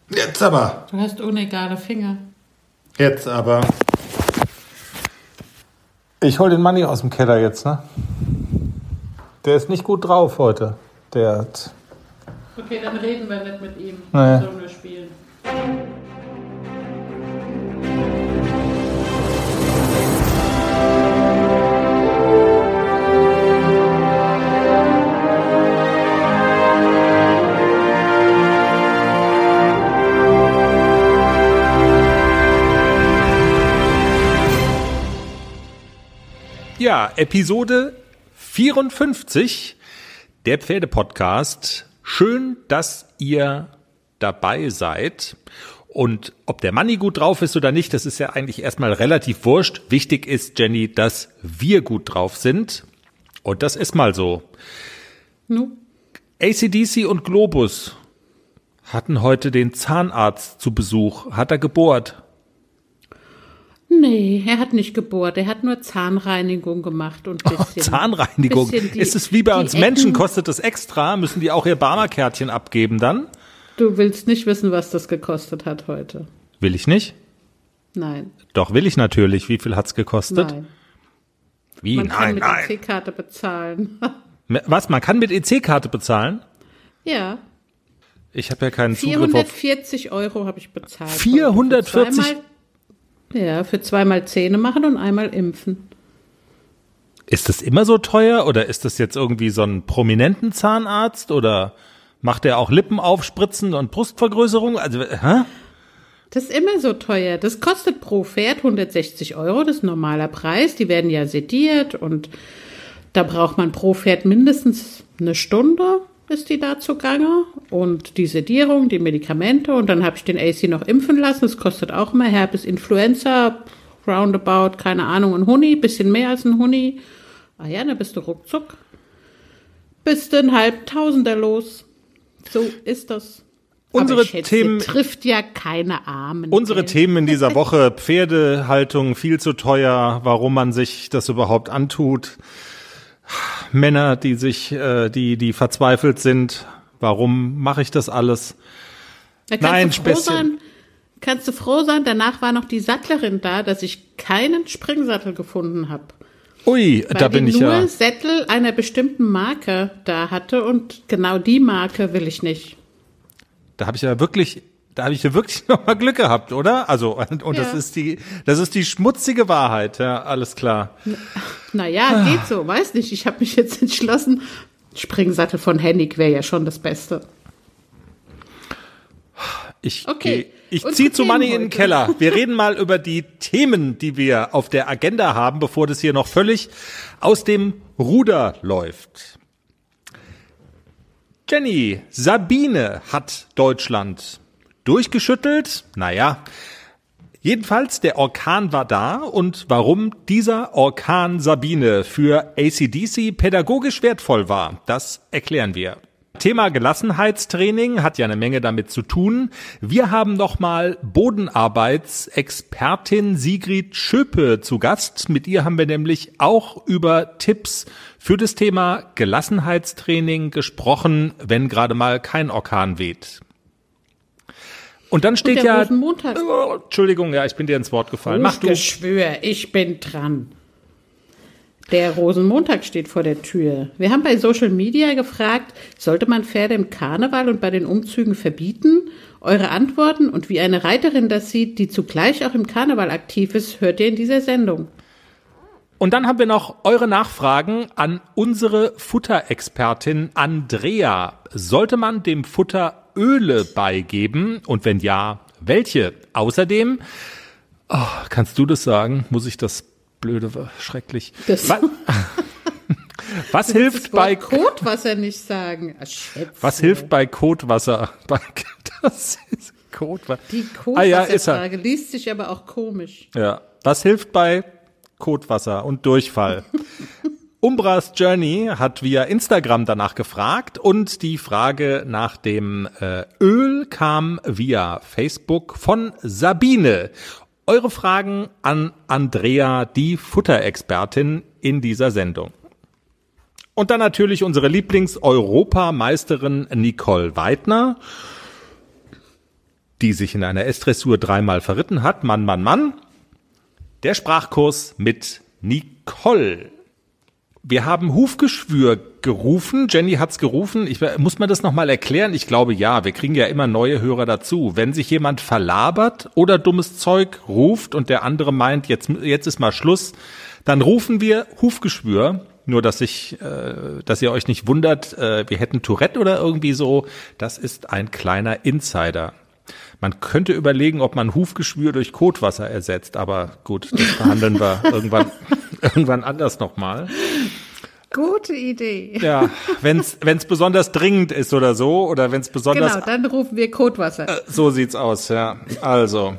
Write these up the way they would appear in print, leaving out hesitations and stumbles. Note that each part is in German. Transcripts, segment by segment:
Jetzt aber. Du hast unegale Finger. Jetzt aber. Ich hol den Manni aus dem Keller jetzt, ne? Der ist nicht gut drauf heute. Der hat... Okay, dann reden wir nicht mit ihm. Nee. Wir sollen nur spielen. Ja, Episode 54, der Pferdepodcast. Schön, dass ihr dabei seid. Und ob der Manni gut drauf ist oder nicht, das ist ja eigentlich erstmal relativ wurscht. Wichtig ist, Jenny, dass wir gut drauf sind. Und das ist mal so. Nu? AC/DC und Globus hatten heute den Zahnarzt zu Besuch. Hat er gebohrt? Nee, er hat nicht gebohrt. Er hat nur Zahnreinigung gemacht und bisschen. Zahnreinigung. Ist es wie bei uns Menschen? Kostet das extra? Müssen die auch ihr Barmer-Kärtchen abgeben dann? Du willst nicht wissen, was das gekostet hat heute. Will ich nicht? Nein. Doch, will ich natürlich. Wie viel hat's gekostet? Nein. Wie? Man kann mit Nein. EC-Karte bezahlen. Was? Man kann mit EC-Karte bezahlen? Ja. Ich habe ja keinen Zugriff auf... 440 € habe ich bezahlt. 440? Für zweimal Zähne machen und einmal impfen. Ist das immer so teuer oder ist das jetzt irgendwie so ein prominenten Zahnarzt oder macht der auch Lippen aufspritzen und Brustvergrößerung? Also, hä? Das ist immer so teuer. Das kostet pro Pferd 160 €, das ist ein normaler Preis. Die werden ja sediert und da braucht man pro Pferd mindestens eine Stunde, ist die da zugange. Und die Sedierung, die Medikamente und dann habe ich den AC noch impfen lassen. Das kostet auch immer Herpes, Influenza, roundabout, keine Ahnung, ein Huni, bisschen mehr als ein Huni. Ah ja, dann bist du ruckzuck. Bist du ein Halbtausender los. So ist das. Unsere Aber ich schätze, Themen trifft ja keine Armen. Unsere Themen in dieser Woche: Pferdehaltung viel zu teuer, warum man sich das überhaupt antut, Männer, die verzweifelt sind, warum mache ich das alles? Nein, Späßchen. Kannst du froh sein, danach war noch die Sattlerin da, dass ich keinen Springsattel gefunden habe. Ui, da bin ich ja. Weil die nur Sättel einer bestimmten Marke da hatte und genau die Marke will ich nicht. Da habe ich ja wirklich noch mal Glück gehabt, oder? Also, und Ja. das ist die schmutzige Wahrheit, ja, alles klar. Naja, geht so, weiß nicht. Ich habe mich jetzt entschlossen, Springsattel von Hennig wäre ja schon das Beste. Ich Okay. ziehe zu Manni in den Keller. Wir reden mal über die Themen, die wir auf der Agenda haben, bevor das hier noch völlig aus dem Ruder läuft. Jenny, Sabine hat Deutschland durchgeschüttelt. Naja, jedenfalls der Orkan war da und warum dieser Orkan Sabine für AC/DC pädagogisch wertvoll war, das erklären wir. Thema Gelassenheitstraining hat ja eine Menge damit zu tun. Wir haben nochmal Bodenarbeitsexpertin Sigrid Schöpe zu Gast. Mit ihr haben wir nämlich auch über Tipps für das Thema Gelassenheitstraining gesprochen, wenn gerade mal kein Orkan weht. Und dann steht ja... Rosenmontag. Entschuldigung, ja, ich bin dir ins Wort gefallen. Mach du. Geschwür, ich bin dran. Der Rosenmontag steht vor der Tür. Wir haben bei Social Media gefragt, sollte man Pferde im Karneval und bei den Umzügen verbieten? Eure Antworten und wie eine Reiterin das sieht, die zugleich auch im Karneval aktiv ist, hört ihr in dieser Sendung. Und dann haben wir noch eure Nachfragen an unsere Futterexpertin Andrea. Sollte man dem Futter Öle beigeben? Und wenn ja, welche? Außerdem, kannst du das sagen? Muss ich das blöde, schrecklich. Was hilft bei Kotwasser nicht sagen? Was hilft bei Kotwasser? Das ist Kotwasser. Die Kotwasserfrage liest sich aber auch komisch. Ja. Was hilft bei Kotwasser und Durchfall? Umbras Journey hat via Instagram danach gefragt und die Frage nach dem Öl kam via Facebook von Sabine. Eure Fragen an Andrea, die Futterexpertin in dieser Sendung. Und dann natürlich unsere Lieblings-Europameisterin Nicole Weidner. die sich in einer S-Dressur 3-mal verritten hat. Mann, Mann, Mann. Der Sprachkurs mit Nicole. Wir haben Hufgeschwür gerufen. Jenny hat's gerufen. Muss man das nochmal erklären? Ich glaube, ja. Wir kriegen ja immer neue Hörer dazu. Wenn sich jemand verlabert oder dummes Zeug ruft und der andere meint, jetzt ist mal Schluss, dann rufen wir Hufgeschwür. Nur, dass ihr euch nicht wundert, wir hätten Tourette oder irgendwie so. Das ist ein kleiner Insider. Man könnte überlegen, ob man Hufgeschwür durch Kotwasser ersetzt, aber gut, das verhandeln wir irgendwann anders nochmal. Gute Idee. Ja, wenn's besonders dringend ist oder so, oder wenn's besonders... Genau, dann rufen wir Kotwasser. So sieht's aus, ja. Also.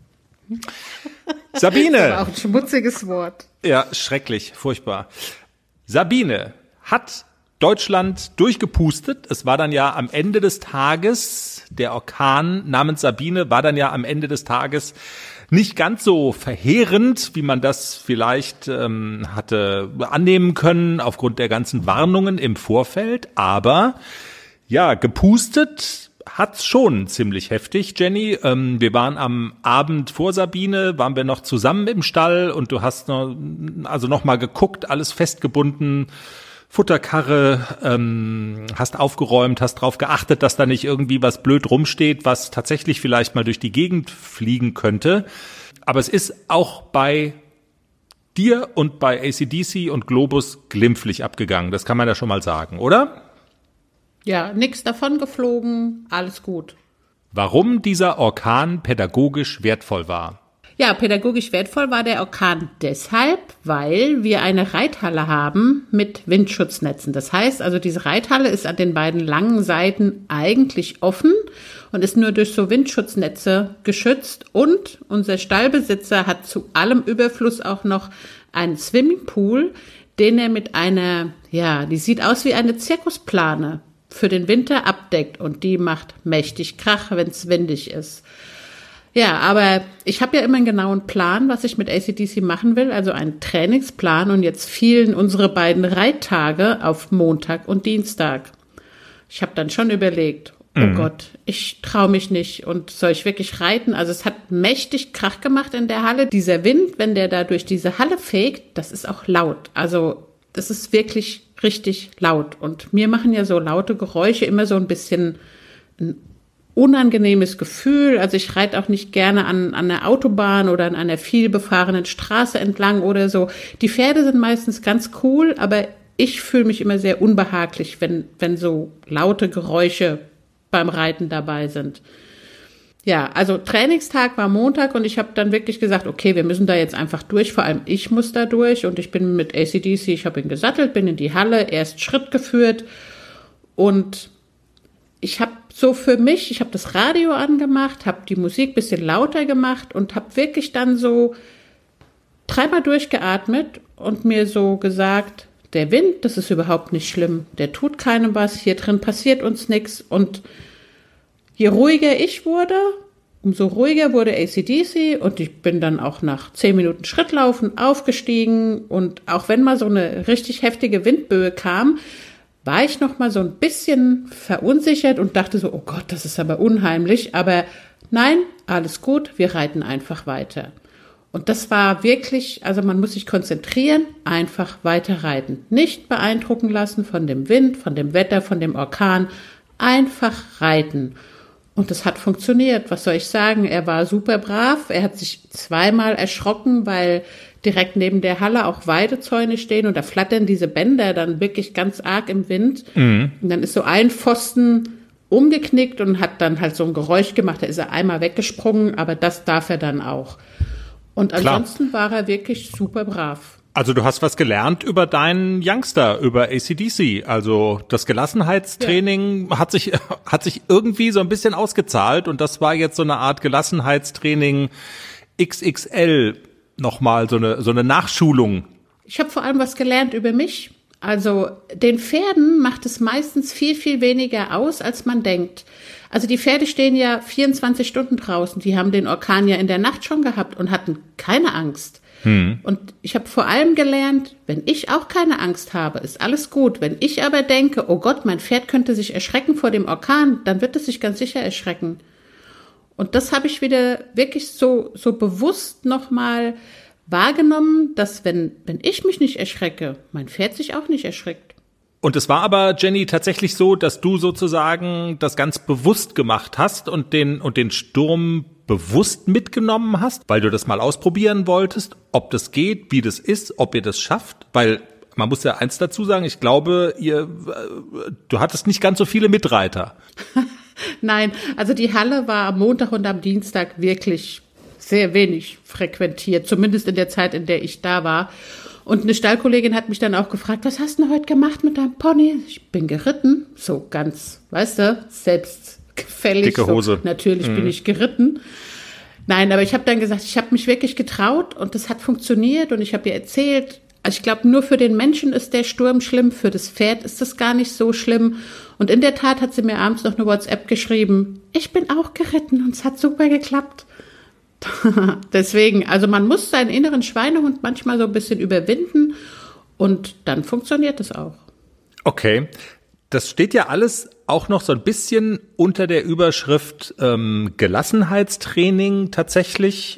Sabine. Das ist aber auch ein schmutziges Wort. Ja, schrecklich, furchtbar. Sabine hat Deutschland durchgepustet. Es war dann ja am Ende des Tages, der Orkan namens Sabine war dann ja am Ende des Tages nicht ganz so verheerend, wie man das vielleicht hatte annehmen können aufgrund der ganzen Warnungen im Vorfeld. Aber ja, gepustet hat's schon ziemlich heftig, Jenny. Wir waren am Abend vor Sabine, waren wir noch zusammen im Stall und du hast noch mal geguckt, alles festgebunden, Futterkarre, hast aufgeräumt, hast drauf geachtet, dass da nicht irgendwie was blöd rumsteht, was tatsächlich vielleicht mal durch die Gegend fliegen könnte. Aber es ist auch bei dir und bei AC/DC und Globus glimpflich abgegangen. Das kann man ja schon mal sagen, oder? Ja, nix davon geflogen, alles gut. Warum dieser Orkan pädagogisch wertvoll war? Ja, pädagogisch wertvoll war der Orkan deshalb, weil wir eine Reithalle haben mit Windschutznetzen. Das heißt also, diese Reithalle ist an den beiden langen Seiten eigentlich offen und ist nur durch so Windschutznetze geschützt. Und unser Stallbesitzer hat zu allem Überfluss auch noch einen Swimmingpool, den er mit einer, ja, die sieht aus wie eine Zirkusplane, für den Winter abdeckt. Und die macht mächtig Krach, wenn es windig ist. Ja, aber ich habe ja immer einen genauen Plan, was ich mit AC/DC machen will, also einen Trainingsplan. Und jetzt fielen unsere beiden Reittage auf Montag und Dienstag. Ich habe dann schon überlegt, oh Gott, ich traue mich nicht und soll ich wirklich reiten? Also es hat mächtig Krach gemacht in der Halle. Dieser Wind, wenn der da durch diese Halle fegt, das ist auch laut. Also das ist wirklich richtig laut. Und mir machen ja so laute Geräusche immer so ein bisschen ein unangenehmes Gefühl. Also ich reite auch nicht gerne an der Autobahn oder an einer viel befahrenen Straße entlang oder so. Die Pferde sind meistens ganz cool, aber ich fühle mich immer sehr unbehaglich, wenn so laute Geräusche beim Reiten dabei sind. Ja, also Trainingstag war Montag und ich habe dann wirklich gesagt, okay, wir müssen da jetzt einfach durch, vor allem ich muss da durch und ich bin mit AC/DC, ich habe ihn gesattelt, bin in die Halle, erst Schritt geführt und ich habe so für mich, ich habe das Radio angemacht, habe die Musik ein bisschen lauter gemacht und habe wirklich dann so 3-mal durchgeatmet und mir so gesagt, der Wind, das ist überhaupt nicht schlimm, der tut keinem was, hier drin passiert uns nichts. Und je ruhiger ich wurde, umso ruhiger wurde AC/DC und ich bin dann auch nach 10 Minuten Schrittlaufen aufgestiegen und auch wenn mal so eine richtig heftige Windböe kam, war ich noch mal so ein bisschen verunsichert und dachte so, oh Gott, das ist aber unheimlich. Aber nein, alles gut, wir reiten einfach weiter. Und das war wirklich, also man muss sich konzentrieren, einfach weiter reiten. Nicht beeindrucken lassen von dem Wind, von dem Wetter, von dem Orkan. Einfach reiten. Und das hat funktioniert. Was soll ich sagen? Er war super brav. Er hat sich 2-mal erschrocken, weil direkt neben der Halle auch Weidezäune stehen und da flattern diese Bänder dann wirklich ganz arg im Wind. Und dann ist so ein Pfosten umgeknickt und hat dann halt so ein Geräusch gemacht. Da ist er einmal weggesprungen, aber das darf er dann auch. Und ansonsten war er wirklich super brav. Also du hast was gelernt über deinen Youngster, über AC/DC. Also das Gelassenheitstraining hat sich irgendwie so ein bisschen ausgezahlt und das war jetzt so eine Art Gelassenheitstraining XXL. Nochmal so eine Nachschulung. Ich habe vor allem was gelernt über mich. Also den Pferden macht es meistens viel, viel weniger aus, als man denkt. Also die Pferde stehen ja 24 Stunden draußen. Die haben den Orkan ja in der Nacht schon gehabt und hatten keine Angst. Und ich habe vor allem gelernt, wenn ich auch keine Angst habe, ist alles gut. Wenn ich aber denke, oh Gott, mein Pferd könnte sich erschrecken vor dem Orkan, dann wird es sich ganz sicher erschrecken. Und das habe ich wieder wirklich so bewusst nochmal wahrgenommen, dass wenn ich mich nicht erschrecke, mein Pferd sich auch nicht erschreckt. Und es war aber, Jenny, tatsächlich so, dass du sozusagen das ganz bewusst gemacht hast und den Sturm bewusst mitgenommen hast, weil du das mal ausprobieren wolltest, ob das geht, wie das ist, ob ihr das schafft, weil man muss ja eins dazu sagen, ich glaube, du hattest nicht ganz so viele Mitreiter. Nein, also die Halle war am Montag und am Dienstag wirklich sehr wenig frequentiert, zumindest in der Zeit, in der ich da war. Und eine Stallkollegin hat mich dann auch gefragt, was hast du heute gemacht mit deinem Pony? Ich bin geritten, so ganz, weißt du, selbstgefällig. Dicke Hose. So, natürlich bin ich geritten. Nein, aber ich habe dann gesagt, ich habe mich wirklich getraut und das hat funktioniert und ich habe ihr erzählt, also ich glaube, nur für den Menschen ist der Sturm schlimm, für das Pferd ist das gar nicht so schlimm. Und in der Tat hat sie mir abends noch eine WhatsApp geschrieben, ich bin auch geritten und es hat super geklappt. Deswegen, also man muss seinen inneren Schweinehund manchmal so ein bisschen überwinden und dann funktioniert es auch. Okay, das steht ja alles auch noch so ein bisschen unter der Überschrift Gelassenheitstraining tatsächlich.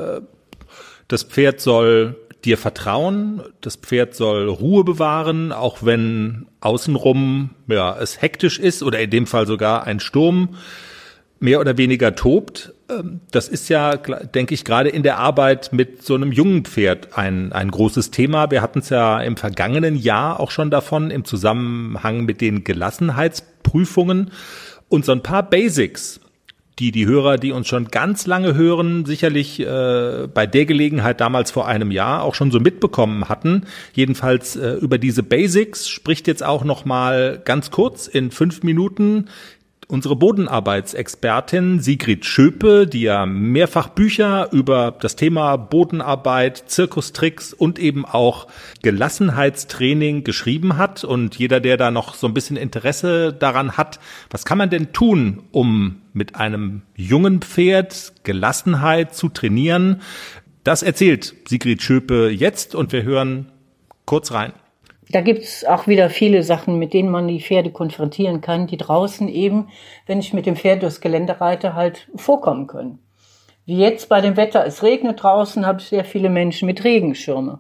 Das Pferd soll dir vertrauen, das Pferd soll Ruhe bewahren, auch wenn außenrum es hektisch ist oder in dem Fall sogar ein Sturm mehr oder weniger tobt. Das ist ja, denke ich, gerade in der Arbeit mit so einem jungen Pferd ein großes Thema. Wir hatten es ja im vergangenen Jahr auch schon davon im Zusammenhang mit den Gelassenheitsprüfungen und so ein paar Basics, die Hörer, die uns schon ganz lange hören, sicherlich bei der Gelegenheit damals vor einem Jahr auch schon so mitbekommen hatten. Jedenfalls über diese Basics spricht jetzt auch noch mal ganz kurz in 5 Minuten unsere Bodenarbeitsexpertin Sigrid Schöpe, die ja mehrfach Bücher über das Thema Bodenarbeit, Zirkustricks und eben auch Gelassenheitstraining geschrieben hat. Und jeder, der da noch so ein bisschen Interesse daran hat, was kann man denn tun, um mit einem jungen Pferd Gelassenheit zu trainieren? Das erzählt Sigrid Schöpe jetzt und wir hören kurz rein. Da gibt's auch wieder viele Sachen, mit denen man die Pferde konfrontieren kann, die draußen eben, wenn ich mit dem Pferd durchs Gelände reite, halt vorkommen können. Wie jetzt bei dem Wetter, es regnet draußen, habe ich sehr viele Menschen mit Regenschirme.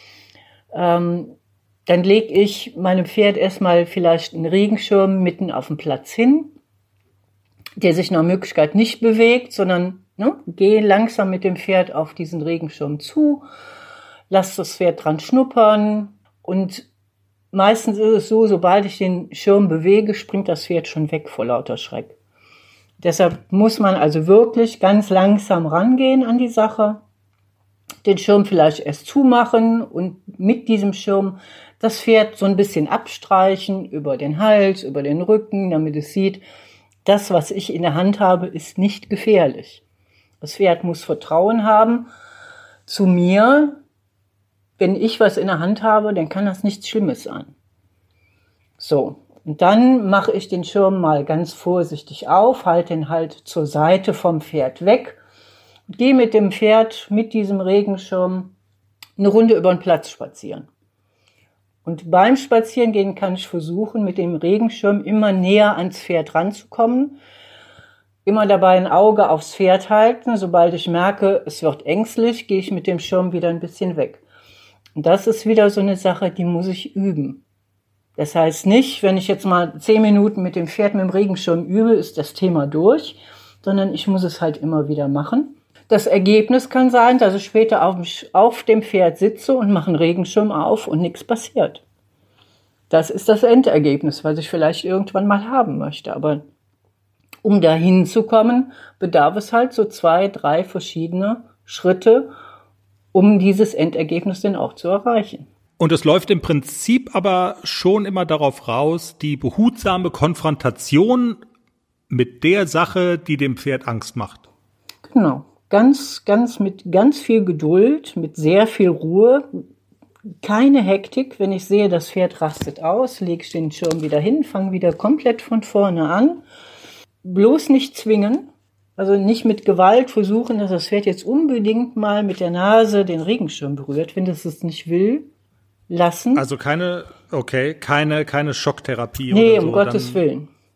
Dann lege ich meinem Pferd erstmal vielleicht einen Regenschirm mitten auf dem Platz hin, der sich nach Möglichkeit nicht bewegt, sondern gehe langsam mit dem Pferd auf diesen Regenschirm zu, lass das Pferd dran schnuppern und meistens ist es so, sobald ich den Schirm bewege, springt das Pferd schon weg vor lauter Schreck. Deshalb muss man also wirklich ganz langsam rangehen an die Sache, den Schirm vielleicht erst zumachen und mit diesem Schirm das Pferd so ein bisschen abstreichen über den Hals, über den Rücken, damit es sieht, das, was ich in der Hand habe, ist nicht gefährlich. Das Pferd muss Vertrauen haben zu mir. Wenn ich was in der Hand habe, dann kann das nichts Schlimmes sein. So, und dann mache ich den Schirm mal ganz vorsichtig auf, halte ihn halt zur Seite vom Pferd weg, gehe mit dem Pferd mit diesem Regenschirm eine Runde über den Platz spazieren. Und beim Spazierengehen kann ich versuchen, mit dem Regenschirm immer näher ans Pferd ranzukommen, immer dabei ein Auge aufs Pferd halten. Sobald ich merke, es wird ängstlich, gehe ich mit dem Schirm wieder ein bisschen weg. Und das ist wieder so eine Sache, die muss ich üben. Das heißt nicht, wenn ich jetzt mal 10 Minuten mit dem Pferd mit dem Regenschirm übe, ist das Thema durch, sondern ich muss es halt immer wieder machen. Das Ergebnis kann sein, dass ich später auf dem Pferd sitze und mache einen Regenschirm auf und nichts passiert. Das ist das Endergebnis, was ich vielleicht irgendwann mal haben möchte. Aber um dahin zu kommen, bedarf es halt so 2, 3 verschiedene Schritte, um dieses Endergebnis dann auch zu erreichen. Und es läuft im Prinzip aber schon immer darauf raus, die behutsame Konfrontation mit der Sache, die dem Pferd Angst macht. Genau. Mit ganz viel Geduld, mit sehr viel Ruhe, keine Hektik. Wenn ich sehe, das Pferd rastet aus, lege ich den Schirm wieder hin, fange wieder komplett von vorne an. Bloß nicht zwingen. Also nicht mit Gewalt versuchen, dass das Pferd jetzt unbedingt mal mit der Nase den Regenschirm berührt. Wenn das es nicht will, lassen. Also keine Schocktherapie nee, oder so. Um Gottes Willen.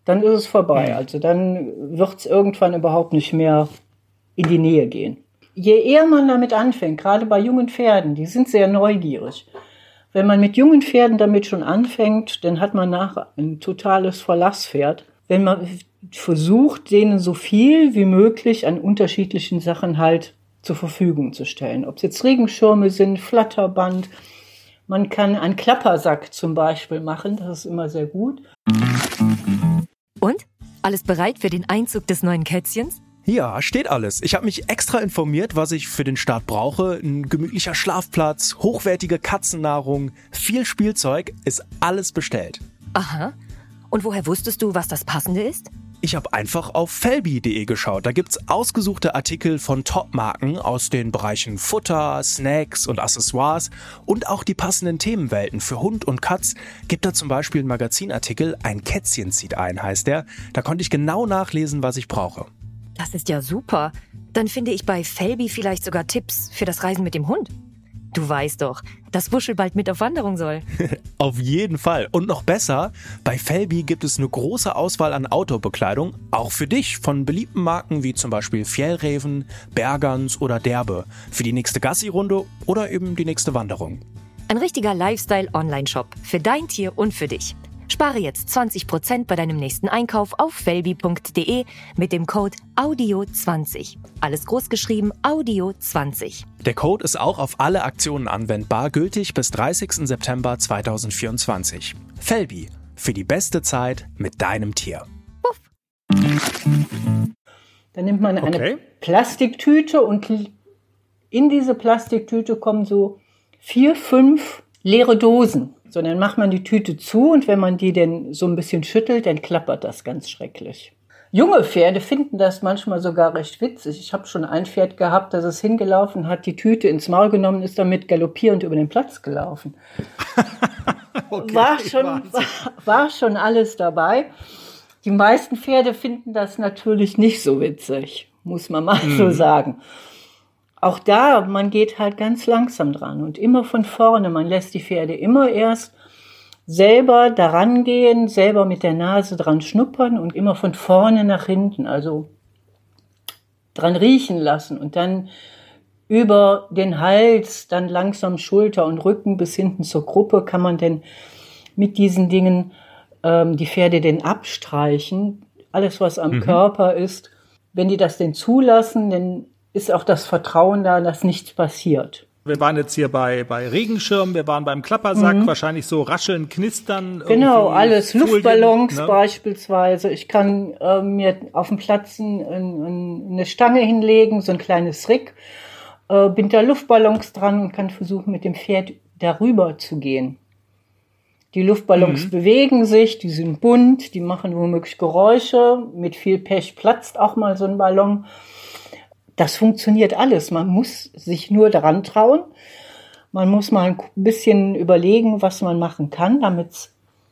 dann ist es vorbei. Also dann wird es irgendwann überhaupt nicht mehr in die Nähe gehen. Je eher man damit anfängt, gerade bei jungen Pferden, die sind sehr neugierig. Wenn man mit jungen Pferden damit schon anfängt, dann hat man nachher ein totales Verlasspferd. Wenn man versucht, denen so viel wie möglich an unterschiedlichen Sachen halt zur Verfügung zu stellen. Ob es jetzt Regenschirme sind, Flatterband. Man kann einen Klappersack zum Beispiel machen, das ist immer sehr gut. Und? Alles bereit für den Einzug des neuen Kätzchens? Ja, steht alles. Ich habe mich extra informiert, was ich für den Start brauche. Ein gemütlicher Schlafplatz, hochwertige Katzennahrung, viel Spielzeug, ist alles bestellt. Aha. Und woher wusstest du, was das Passende ist? Ich habe einfach auf felbi.de geschaut. Da gibt's ausgesuchte Artikel von Top-Marken aus den Bereichen Futter, Snacks und Accessoires und auch die passenden Themenwelten für Hund und Katz. Gibt da zum Beispiel einen Magazinartikel, ein Kätzchen zieht ein, heißt der. Da konnte ich genau nachlesen, was ich brauche. Das ist ja super. Dann finde ich bei Felbi vielleicht sogar Tipps für das Reisen mit dem Hund. Du weißt doch, dass Wuschel bald mit auf Wanderung soll. Auf jeden Fall. Und noch besser, bei Felbi gibt es eine große Auswahl an Outdoor-Bekleidung, auch für dich, von beliebten Marken wie zum Beispiel Fjällräven, Bergans oder Derbe, für die nächste Gassi-Runde oder eben die nächste Wanderung. Ein richtiger Lifestyle-Online-Shop für dein Tier und für dich. Spare jetzt 20% bei deinem nächsten Einkauf auf felbi.de mit dem Code AUDIO20. Alles großgeschrieben AUDIO20. Der Code ist auch auf alle Aktionen anwendbar, gültig bis 30. September 2024. Felbi, für die beste Zeit mit deinem Tier. Puff. Dann nimmt man eine Plastiktüte und in diese Plastiktüte kommen so 4, 5 leere Dosen. So, dann macht man die Tüte zu und wenn man die dann so ein bisschen schüttelt, dann klappert das ganz schrecklich. Junge Pferde finden das manchmal sogar recht witzig. Ich habe schon ein Pferd gehabt, das ist hingelaufen, hat die Tüte ins Maul genommen, ist damit galoppierend über den Platz gelaufen. Okay, war schon alles dabei. Die meisten Pferde finden das natürlich nicht so witzig, muss man mal so sagen. Auch da, man geht halt ganz langsam dran und immer von vorne. Man lässt die Pferde immer erst selber daran gehen, selber mit der Nase dran schnuppern und immer von vorne nach hinten, also dran riechen lassen und dann über den Hals, dann langsam Schulter und Rücken bis hinten zur Gruppe kann man denn mit diesen Dingen die Pferde denn abstreichen. Alles, was am Körper ist. Wenn die das denn zulassen, dann ist auch das Vertrauen da, dass nichts passiert. Wir waren jetzt hier bei Regenschirm, wir waren beim Klappersack, wahrscheinlich so rascheln, knistern. Genau, alles. Folien, Luftballons ne? Beispielsweise. Ich kann mir auf dem Platz eine Stange hinlegen, so ein kleines Rick, bind da Luftballons dran und kann versuchen, mit dem Pferd darüber zu gehen. Die Luftballons bewegen sich, die sind bunt, die machen womöglich Geräusche. Mit viel Pech platzt auch mal so ein Ballon. Das funktioniert alles. Man muss sich nur daran trauen. Man muss mal ein bisschen überlegen, was man machen kann, damit es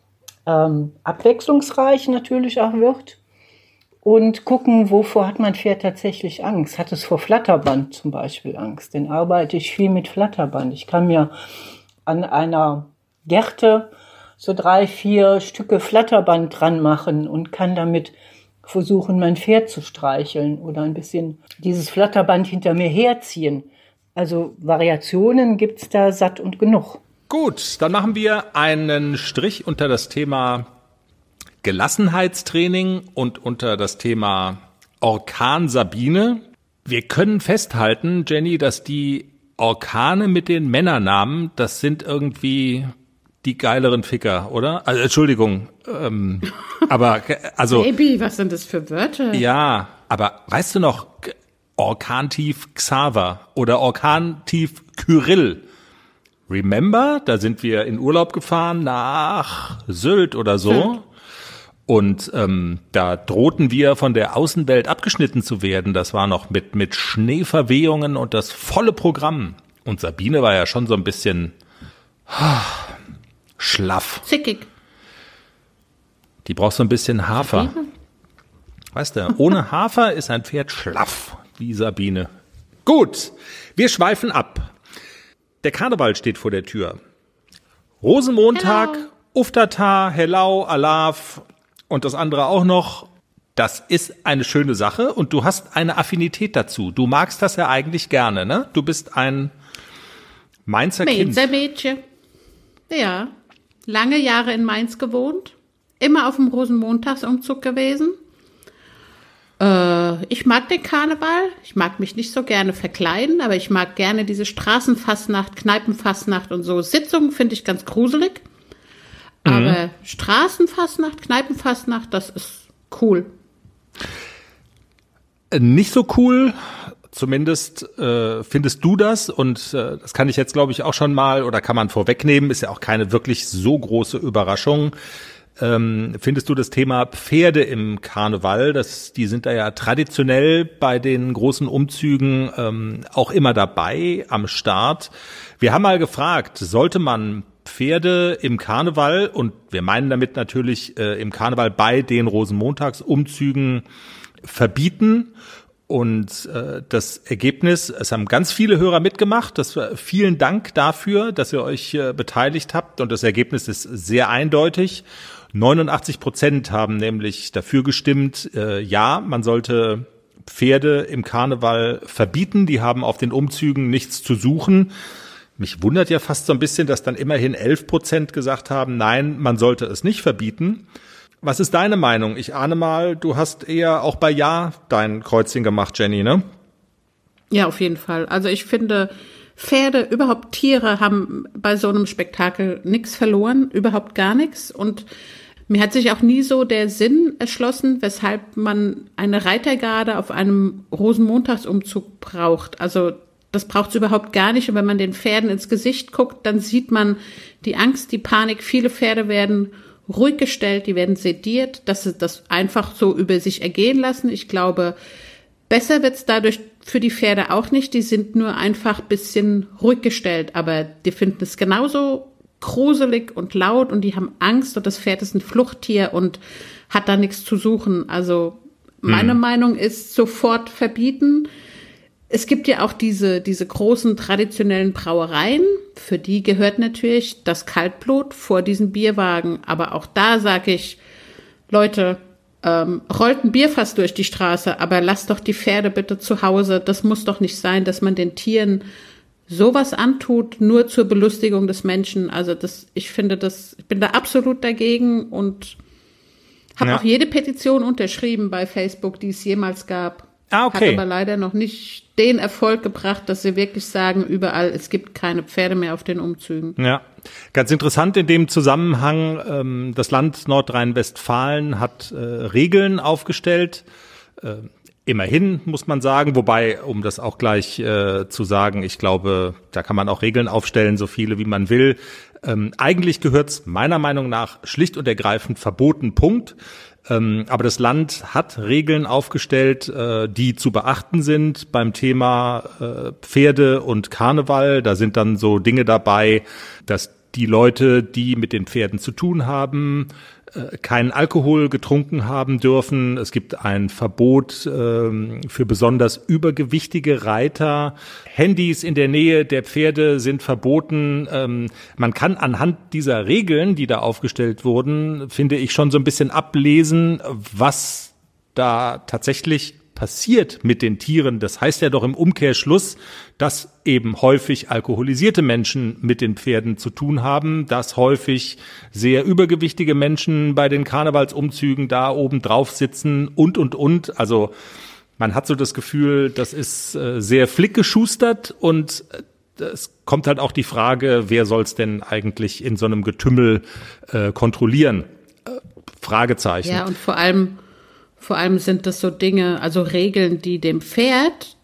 abwechslungsreich natürlich auch wird. Und gucken, wovor hat mein Pferd tatsächlich Angst. Hat es vor Flatterband zum Beispiel Angst? Dann arbeite ich viel mit Flatterband. Ich kann mir an einer Gerte so 3, 4 Stücke Flatterband dran machen und kann damit versuchen, mein Pferd zu streicheln oder ein bisschen dieses Flatterband hinter mir herziehen. Also Variationen gibt's da satt und genug. Gut, dann machen wir einen Strich unter das Thema Gelassenheitstraining und unter das Thema Orkan Sabine. Wir können festhalten, Jenny, dass die Orkane mit den Männernamen, das sind irgendwie die geileren Ficker, oder? Also, Entschuldigung, aber also Baby, was sind das für Wörter? Ja, aber weißt du noch Orkantief Xaver oder Orkantief Kyrill? Remember? Da sind wir in Urlaub gefahren nach Sylt oder so. Sylt. Und da drohten wir von der Außenwelt abgeschnitten zu werden. Das war noch mit Schneeverwehungen und das volle Programm. Und Sabine war ja schon so ein bisschen schlaff. Zickig. Die braucht so ein bisschen Hafer. Sabine? Weißt du, ohne Hafer ist ein Pferd schlaff, wie Sabine. Gut, wir schweifen ab. Der Karneval steht vor der Tür. Rosenmontag, Hello. Uftata, Hellau, Alaf und das andere auch noch. Das ist eine schöne Sache und du hast eine Affinität dazu. Du magst das ja eigentlich gerne, ne? Du bist ein Mainzer Kind. Mainzer Mädchen. Ja, lange Jahre in Mainz gewohnt, immer auf dem Rosenmontagsumzug gewesen. Ich mag den Karneval, ich mag mich nicht so gerne verkleiden, aber ich mag gerne diese Straßenfastnacht, Kneipenfastnacht und so. Sitzungen finde ich ganz gruselig, aber Straßenfastnacht, Kneipenfastnacht, das ist cool. Nicht so cool, zumindest findest du das und das kann ich jetzt glaube ich auch schon mal oder kann man vorwegnehmen, ist ja auch keine wirklich so große Überraschung. Findest du das Thema Pferde im Karneval, die sind da ja traditionell bei den großen Umzügen auch immer dabei am Start. Wir haben mal gefragt, sollte man Pferde im Karneval, und wir meinen damit natürlich im Karneval bei den Rosenmontagsumzügen, verbieten? Und das Ergebnis, es haben ganz viele Hörer mitgemacht. Vielen Dank dafür, dass ihr euch beteiligt habt. Und das Ergebnis ist sehr eindeutig. 89% haben nämlich dafür gestimmt, ja, man sollte Pferde im Karneval verbieten. Die haben auf den Umzügen nichts zu suchen. Mich wundert ja fast so ein bisschen, dass dann immerhin 11% gesagt haben, nein, man sollte es nicht verbieten. Was ist deine Meinung? Ich ahne mal, du hast eher auch bei Ja dein Kreuzchen gemacht, Jenny, ne? Ja, auf jeden Fall. Also ich finde, Pferde, überhaupt Tiere haben bei so einem Spektakel nichts verloren, überhaupt gar nichts. Und mir hat sich auch nie so der Sinn erschlossen, weshalb man eine Reitergarde auf einem Rosenmontagsumzug braucht. Also das braucht es überhaupt gar nicht. Und wenn man den Pferden ins Gesicht guckt, dann sieht man die Angst, die Panik. Viele Pferde werden ruhig gestellt, die werden sediert, dass sie das einfach so über sich ergehen lassen. Ich glaube, besser wird's dadurch für die Pferde auch nicht. Die sind nur einfach ein bisschen ruhig gestellt, aber die finden es genauso gruselig und laut und die haben Angst und das Pferd ist ein Fluchttier und hat da nichts zu suchen. Also meine Meinung ist, sofort verbieten. Es gibt ja auch diese großen traditionellen Brauereien, für die gehört natürlich das Kaltblut vor diesen Bierwagen. Aber auch da sage ich, Leute, rollt ein Bierfass durch die Straße, aber lasst doch die Pferde bitte zu Hause. Das muss doch nicht sein, dass man den Tieren sowas antut, nur zur Belustigung des Menschen. Also ich bin da absolut dagegen und habe auch jede Petition unterschrieben bei Facebook, die es jemals gab. Ah, okay. Hat aber leider noch nicht den Erfolg gebracht, dass sie wirklich sagen, überall, es gibt keine Pferde mehr auf den Umzügen. Ja, ganz interessant in dem Zusammenhang, das Land Nordrhein-Westfalen hat Regeln aufgestellt, immerhin muss man sagen, wobei, um das auch gleich zu sagen, ich glaube, da kann man auch Regeln aufstellen, so viele wie man will. Eigentlich gehört's meiner Meinung nach schlicht und ergreifend verboten, Punkt. Aber das Land hat Regeln aufgestellt, die zu beachten sind beim Thema Pferde und Karneval. Da sind dann so Dinge dabei, dass die Leute, die mit den Pferden zu tun haben, keinen Alkohol getrunken haben dürfen. Es gibt ein Verbot für besonders übergewichtige Reiter. Handys in der Nähe der Pferde sind verboten. Man kann anhand dieser Regeln, die da aufgestellt wurden, finde ich, schon so ein bisschen ablesen, was da tatsächlich passiert mit den Tieren. Das heißt ja doch im Umkehrschluss, dass eben häufig alkoholisierte Menschen mit den Pferden zu tun haben, dass häufig sehr übergewichtige Menschen bei den Karnevalsumzügen da oben drauf sitzen und. Also man hat so das Gefühl, das ist sehr flickgeschustert und es kommt halt auch die Frage, wer soll es denn eigentlich in so einem Getümmel kontrollieren? Fragezeichen. Ja, und vor allem sind das so Dinge, also Regeln, die dem Pferd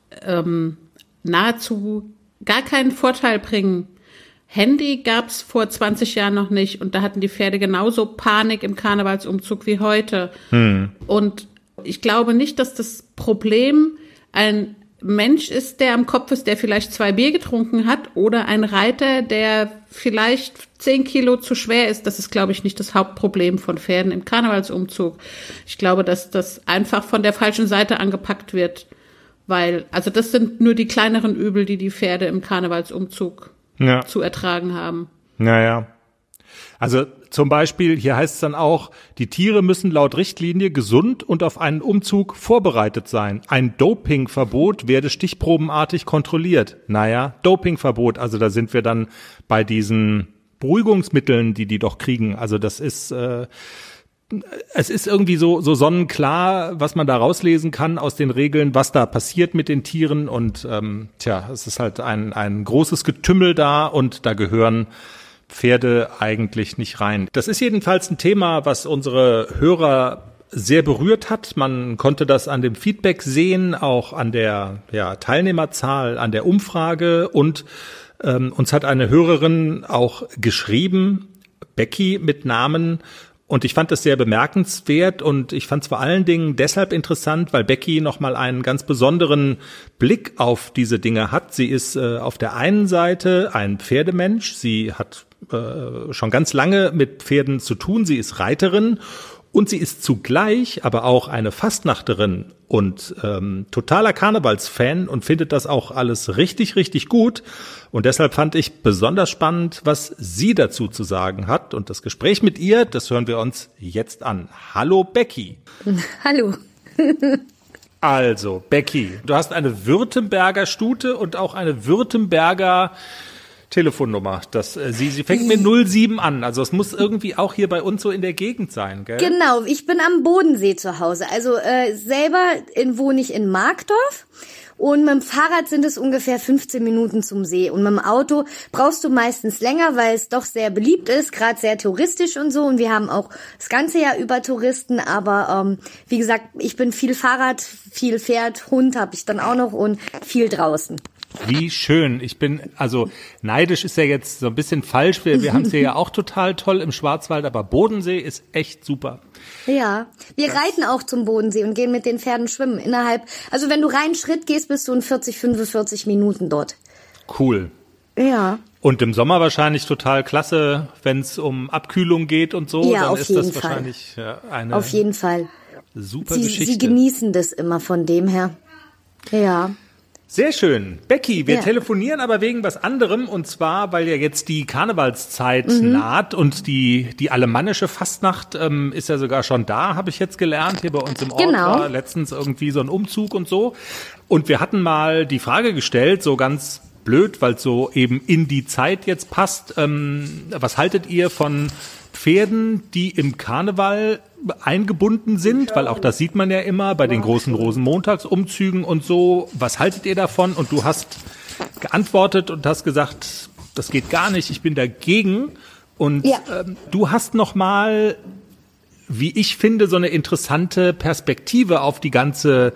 nahezu gar keinen Vorteil bringen. Handy gab's vor 20 Jahren noch nicht und da hatten die Pferde genauso Panik im Karnevalsumzug wie heute. Und ich glaube nicht, dass das Problem ein Mensch ist, der am Kopf ist, der vielleicht 2 Bier getrunken hat oder ein Reiter, der vielleicht 10 Kilo zu schwer ist. Das ist, glaube ich, nicht das Hauptproblem von Pferden im Karnevalsumzug. Ich glaube, dass das einfach von der falschen Seite angepackt wird, weil, also das sind nur die kleineren Übel, die die Pferde im Karnevalsumzug zu ertragen haben. Naja. Also zum Beispiel, hier heißt es dann auch, die Tiere müssen laut Richtlinie gesund und auf einen Umzug vorbereitet sein. Ein Dopingverbot werde stichprobenartig kontrolliert. Naja, Dopingverbot, also da sind wir dann bei diesen Beruhigungsmitteln, die doch kriegen. Also das ist, es ist irgendwie so sonnenklar, was man da rauslesen kann aus den Regeln, was da passiert mit den Tieren. Und es ist halt ein großes Getümmel da und da gehören Pferde eigentlich nicht rein. Das ist jedenfalls ein Thema, was unsere Hörer sehr berührt hat. Man konnte das an dem Feedback sehen, auch an der Teilnehmerzahl, an der Umfrage. Und uns hat eine Hörerin auch geschrieben, Becky mit Namen. Und ich fand das sehr bemerkenswert und ich fand es vor allen Dingen deshalb interessant, weil Becky nochmal einen ganz besonderen Blick auf diese Dinge hat. Sie ist auf der einen Seite ein Pferdemensch. Sie hat schon ganz lange mit Pferden zu tun. Sie ist Reiterin und sie ist zugleich aber auch eine Fastnachterin und totaler Karnevalsfan und findet das auch alles richtig, richtig gut. Und deshalb fand ich besonders spannend, was sie dazu zu sagen hat. Und das Gespräch mit ihr, das hören wir uns jetzt an. Hallo Becky. Hallo. Also Becky, du hast eine Württemberger Stute und auch eine Württemberger Telefonnummer. Sie fängt mit 07 an. Also es muss irgendwie auch hier bei uns so in der Gegend sein, gell? Genau, ich bin am Bodensee zu Hause. Also selber wohne ich in Markdorf. Und mit dem Fahrrad sind es ungefähr 15 Minuten zum See. Und mit dem Auto brauchst du meistens länger, weil es doch sehr beliebt ist, gerade sehr touristisch und so. Und wir haben auch das ganze Jahr über Touristen. Aber wie gesagt, ich bin viel Fahrrad, viel Pferd, Hund habe ich dann auch noch und viel draußen. Wie schön. Ich bin, also neidisch ist ja jetzt so ein bisschen falsch. Wir haben es ja auch total toll im Schwarzwald, aber Bodensee ist echt super. Ja, wir reiten auch zum Bodensee und gehen mit den Pferden schwimmen. Also wenn du rein Schritt gehst, bist du in 45 Minuten dort. Cool. Ja. Und im Sommer wahrscheinlich total klasse, wenn es um Abkühlung geht und so. Ja, dann auf ist jeden das Fall. Wahrscheinlich eine auf jeden Fall. Super Geschichte. Sie genießen das immer von dem her. Ja. Sehr schön. Becky, wir Ja. telefonieren aber wegen was anderem und zwar, weil ja jetzt die Karnevalszeit naht und die alemannische Fastnacht ist ja sogar schon da, habe ich jetzt gelernt. Hier bei uns im Ort Genau. war letztens irgendwie so ein Umzug und so. Und wir hatten mal die Frage gestellt, so ganz blöd, weil es so eben in die Zeit jetzt passt. Was haltet ihr von Pferden, die im Karneval eingebunden sind, weil auch das sieht man ja immer bei den großen Rosenmontagsumzügen und so. Was haltet ihr davon? Und du hast geantwortet und hast gesagt, das geht gar nicht, ich bin dagegen. Und Ja. Du hast nochmal, wie ich finde, so eine interessante Perspektive auf die ganze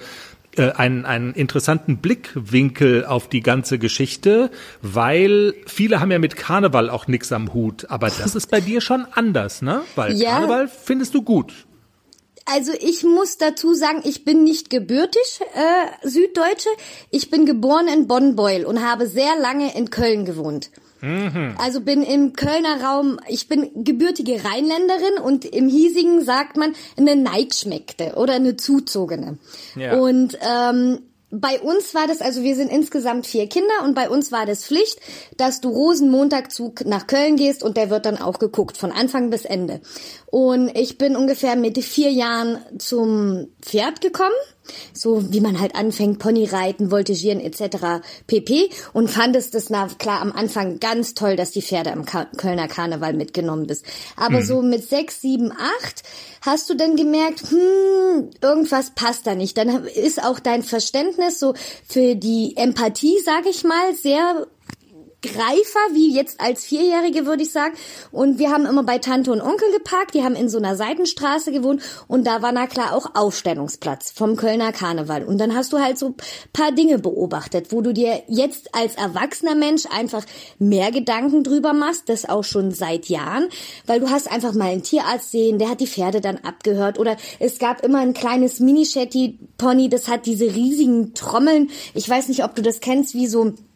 einen interessanten Blickwinkel auf die ganze Geschichte, weil viele haben ja mit Karneval auch nix am Hut, aber das ist bei dir schon anders, ne? Weil Ja. Karneval findest du gut. Also ich muss dazu sagen, ich bin nicht gebürtig Süddeutsche. Ich bin geboren in Bonn-Beuel und habe sehr lange in Köln gewohnt. Also bin im Kölner Raum, ich bin gebürtige Rheinländerin und im Hiesigen sagt man eine Neigschmeckte oder eine Zuzogene. Ja. Und bei uns war das, also wir sind insgesamt 4 Kinder und bei uns war das Pflicht, dass du Rosenmontagzug nach Köln gehst und der wird dann auch geguckt, von Anfang bis Ende. Und ich bin ungefähr mit 4 Jahren zum Pferd gekommen, so wie man halt anfängt, Ponyreiten, Voltigieren etc. pp. Und fand es das, na klar, am Anfang ganz toll, dass die Pferde am Kölner Karneval mitgenommen bist. Aber so mit 6, 7, 8 hast du dann gemerkt, irgendwas passt da nicht. Dann ist auch dein Verständnis so für die Empathie, sag ich mal, sehr greifer, wie jetzt als 4-Jährige, würde ich sagen. Und wir haben immer bei Tante und Onkel geparkt, die haben in so einer Seitenstraße gewohnt und da war na klar auch Aufstellungsplatz vom Kölner Karneval. Und dann hast du halt so paar Dinge beobachtet, wo du dir jetzt als erwachsener Mensch einfach mehr Gedanken drüber machst, das auch schon seit Jahren, weil du hast einfach mal einen Tierarzt sehen, der hat die Pferde dann abgehört oder es gab immer ein kleines Mini-Shetty-Pony, das hat diese riesigen Trommeln, ich weiß nicht, ob du das kennst, wie so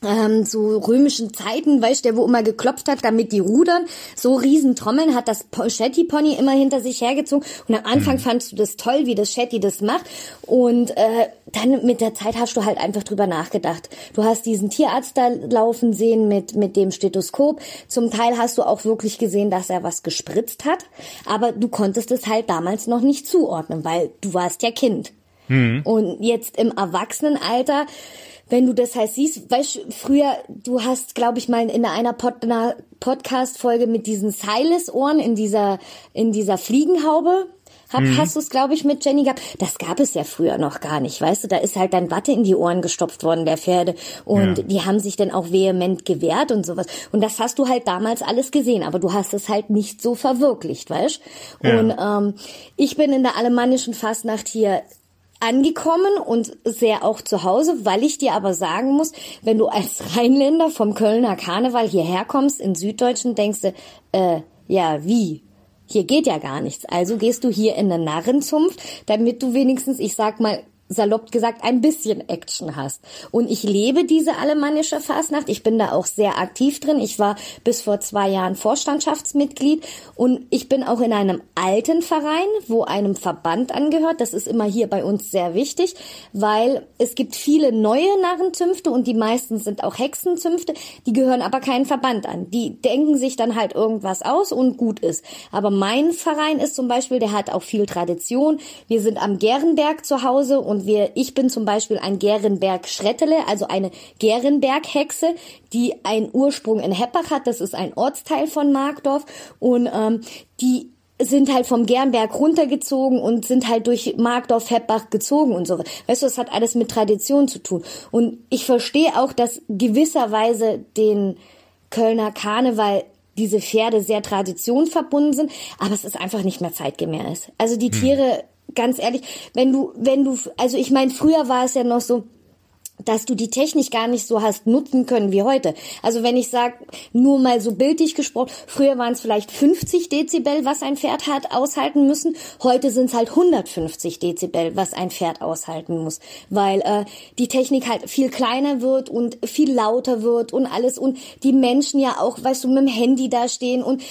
so römischen Zeiten, weißt du, der wo immer geklopft hat, damit die rudern, so riesen Trommeln hat das Shetty Pony immer hinter sich hergezogen und am Anfang fandst du das toll, wie das Shetty das macht und dann mit der Zeit hast du halt einfach drüber nachgedacht. Du hast diesen Tierarzt da laufen sehen mit dem Stethoskop, zum Teil hast du auch wirklich gesehen, dass er was gespritzt hat, aber du konntest es halt damals noch nicht zuordnen, weil du warst ja Kind. Und jetzt im Erwachsenenalter, wenn du das halt siehst, weißt du, früher, du hast, glaube ich, mal in einer Podcast-Folge mit diesen Silas-Ohren in dieser Fliegenhaube, hast du es, glaube ich, mit Jenny gehabt. Das gab es ja früher noch gar nicht, weißt du, da ist halt dann Watte in die Ohren gestopft worden, der Pferde. Und die haben sich dann auch vehement gewehrt und sowas. Und das hast du halt damals alles gesehen, aber du hast es halt nicht so verwirklicht, weißt du. Ja. Und ich bin in der alemannischen Fastnacht hier angekommen und sehr auch zu Hause, weil ich dir aber sagen muss, wenn du als Rheinländer vom Kölner Karneval hierher kommst, in Süddeutschen, denkst du, ja, wie? Hier geht ja gar nichts. Also gehst du hier in eine Narrenzunft, damit du wenigstens, ich sag mal, salopp gesagt, ein bisschen Action hast. Und ich lebe diese alemannische Fastnacht. Ich bin da auch sehr aktiv drin. Ich war bis vor 2 Jahren Vorstandschaftsmitglied und ich bin auch in einem alten Verein, wo einem Verband angehört. Das ist immer hier bei uns sehr wichtig, weil es gibt viele neue Narrenzünfte und die meisten sind auch Hexenzünfte. Die gehören aber keinen Verband an. Die denken sich dann halt irgendwas aus und gut ist. Aber mein Verein ist zum Beispiel, der hat auch viel Tradition. Wir sind am Gärenberg zu Hause und ich bin zum Beispiel ein Gärenberg-Schrettele, also eine Gärenberg-Hexe, die einen Ursprung in Heppach hat. Das ist ein Ortsteil von Markdorf und die sind halt vom Gärenberg runtergezogen und sind halt durch Markdorf, Heppach gezogen und so. Weißt du, das hat alles mit Tradition zu tun. Und ich verstehe auch, dass gewisserweise den Kölner Karneval diese Pferde sehr traditionverbunden sind, aber es ist einfach nicht mehr zeitgemäß. Also die Tiere, ganz ehrlich, wenn du, also ich meine, früher war es ja noch so, dass du die Technik gar nicht so hast nutzen können wie heute. Also wenn ich sage, nur mal so bildlich gesprochen, früher waren es vielleicht 50 Dezibel, was ein Pferd hat aushalten müssen. Heute sind es halt 150 Dezibel, was ein Pferd aushalten muss. Weil die Technik halt viel kleiner wird und viel lauter wird und alles. Und die Menschen ja auch, weißt du, mit dem Handy da stehen und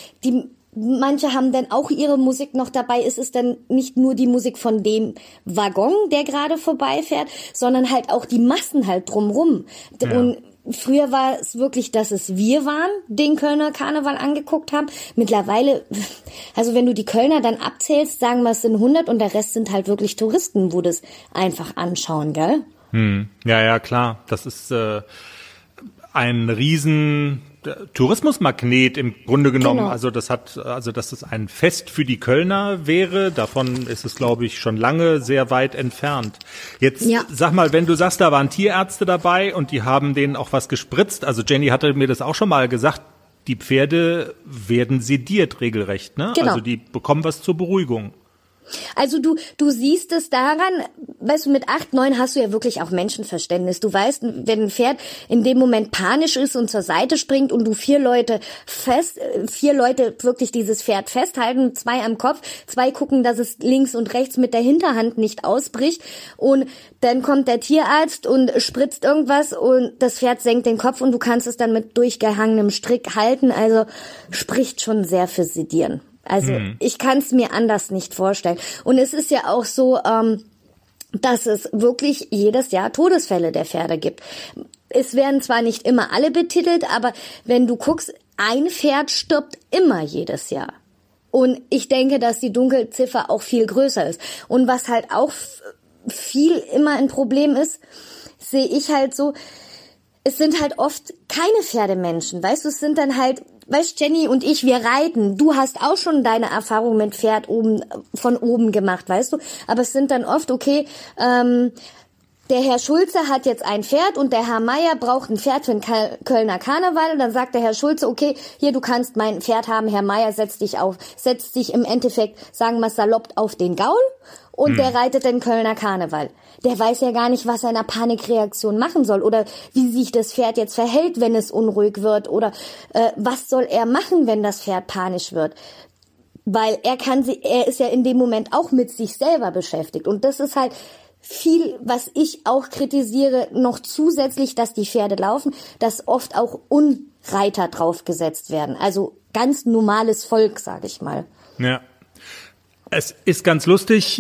manche haben dann auch ihre Musik noch dabei. Es ist dann nicht nur die Musik von dem Waggon, der gerade vorbeifährt, sondern halt auch die Massen halt drumrum. Ja. Und früher war es wirklich, dass es wir waren, den Kölner Karneval angeguckt haben. Mittlerweile, also wenn du die Kölner dann abzählst, sagen wir, es sind 100 und der Rest sind halt wirklich Touristen, wo das einfach anschauen, gell? Ja, klar. Das ist ein riesen Tourismusmagnet im Grunde genommen. Genau. Also dass es ein Fest für die Kölner wäre, davon ist es, glaube ich, schon lange sehr weit entfernt. Jetzt sag mal, wenn du sagst, da waren Tierärzte dabei und die haben denen auch was gespritzt, also Jenny hatte mir das auch schon mal gesagt, die Pferde werden sediert regelrecht, ne? Genau. Also die bekommen was zur Beruhigung. Also du siehst es daran, weißt du, mit 8, 9 hast du ja wirklich auch Menschenverständnis. Du weißt, wenn ein Pferd in dem Moment panisch ist und zur Seite springt und du 4 Leute wirklich dieses Pferd festhalten, 2 am Kopf, 2 gucken, dass es links und rechts mit der Hinterhand nicht ausbricht und dann kommt der Tierarzt und spritzt irgendwas und das Pferd senkt den Kopf und du kannst es dann mit durchgehangenem Strick halten, also spricht schon sehr für Sedieren. Also ich kann es mir anders nicht vorstellen. Und es ist ja auch so, dass es wirklich jedes Jahr Todesfälle der Pferde gibt. Es werden zwar nicht immer alle betitelt, aber wenn du guckst, ein Pferd stirbt immer jedes Jahr. Und ich denke, dass die Dunkelziffer auch viel größer ist. Und was halt auch viel immer ein Problem ist, sehe ich halt so, es sind halt oft keine Pferdemenschen, weißt du, es sind dann halt, weißt Jenny und ich, wir reiten, du hast auch schon deine Erfahrung mit Pferd von oben gemacht, weißt du, aber es sind dann oft, okay, der Herr Schulze hat jetzt ein Pferd und der Herr Meier braucht ein Pferd für den Kölner Karneval und dann sagt der Herr Schulze, okay, hier, du kannst mein Pferd haben, Herr Meier setzt dich im Endeffekt, sagen wir salopp, auf den Gaul und der reitet den Kölner Karneval. Der weiß ja gar nicht, was er in einer Panikreaktion machen soll oder wie sich das Pferd jetzt verhält, wenn es unruhig wird oder was soll er machen, wenn das Pferd panisch wird. Weil er ist ja in dem Moment auch mit sich selber beschäftigt und das ist halt viel, was ich auch kritisiere, noch zusätzlich, dass die Pferde laufen, dass oft auch Unreiter draufgesetzt werden. Also ganz normales Volk, sage ich mal. Ja. Es ist ganz lustig,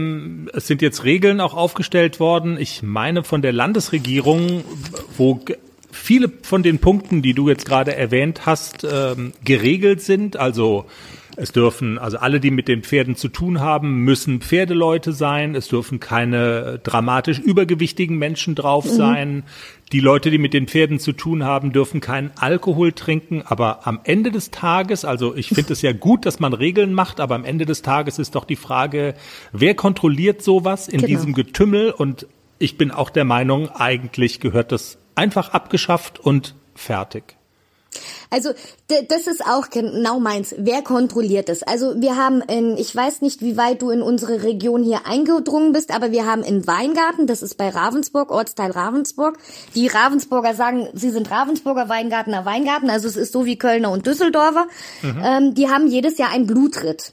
es sind jetzt Regeln auch aufgestellt worden, ich meine von der Landesregierung, wo viele von den Punkten, die du jetzt gerade erwähnt hast, geregelt sind. Also es dürfen, also alle, die mit den Pferden zu tun haben, müssen Pferdeleute sein. Es dürfen keine dramatisch übergewichtigen Menschen drauf sein. Die Leute, die mit den Pferden zu tun haben, dürfen keinen Alkohol trinken. Aber am Ende des Tages, also ich finde es ja gut, dass man Regeln macht, aber am Ende des Tages ist doch die Frage, wer kontrolliert sowas in diesem Getümmel? Und ich bin auch der Meinung, eigentlich gehört das einfach abgeschafft und fertig. Also das ist auch genau meins. Wer kontrolliert es? Also wir haben ich weiß nicht, wie weit du in unsere Region hier eingedrungen bist, aber wir haben in Weingarten, das ist bei Ravensburg, Ortsteil Ravensburg. Die Ravensburger sagen, sie sind Ravensburger, Weingartener Weingarten, also es ist so wie Kölner und Düsseldorfer. Die haben jedes Jahr einen Blutritt.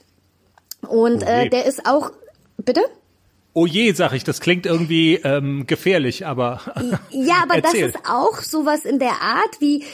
Und der ist auch, bitte? Oh je, sag ich, das klingt irgendwie gefährlich, aber ja, aber erzähl. Das ist auch sowas in der Art wie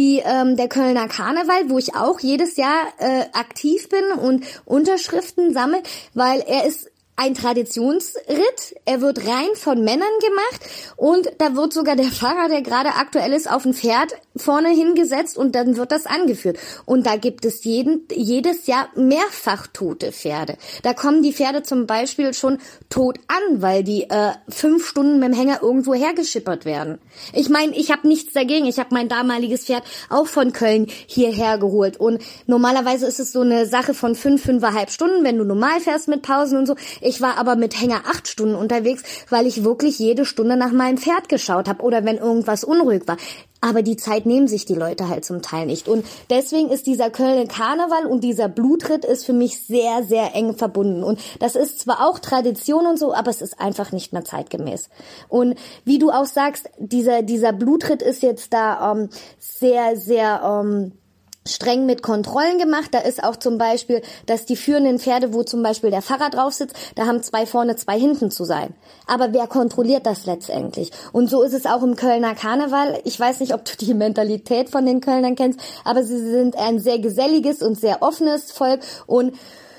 der Kölner Karneval, wo ich auch jedes Jahr aktiv bin und Unterschriften sammle, weil er ist ein Traditionsritt, er wird rein von Männern gemacht und da wird sogar der Fahrer, der gerade aktuell ist, auf ein Pferd vorne hingesetzt und dann wird das angeführt. Und da gibt es jedes Jahr mehrfach tote Pferde. Da kommen die Pferde zum Beispiel schon tot an, weil die 5 Stunden mit dem Hänger irgendwo hergeschippert werden. Ich meine, ich habe nichts dagegen. Ich habe mein damaliges Pferd auch von Köln hierher geholt. Und normalerweise ist es so eine Sache von 5,5 Stunden, wenn du normal fährst mit Pausen und so. Ich war aber mit Hänger 8 Stunden unterwegs, weil ich wirklich jede Stunde nach meinem Pferd geschaut habe oder wenn irgendwas unruhig war. Aber die Zeit nehmen sich die Leute halt zum Teil nicht. Und deswegen ist dieser Kölner Karneval und dieser Blutritt ist für mich sehr, sehr eng verbunden. Und das ist zwar auch Tradition und so, aber es ist einfach nicht mehr zeitgemäß. Und wie du auch sagst, dieser Blutritt ist jetzt da sehr, sehr streng mit Kontrollen gemacht. Da ist auch zum Beispiel, dass die führenden Pferde, wo zum Beispiel der Pfarrer drauf sitzt, da haben 2 vorne, 2 hinten zu sein. Aber wer kontrolliert das letztendlich? Und so ist es auch im Kölner Karneval. Ich weiß nicht, ob du die Mentalität von den Kölnern kennst, aber sie sind ein sehr geselliges und sehr offenes Volk und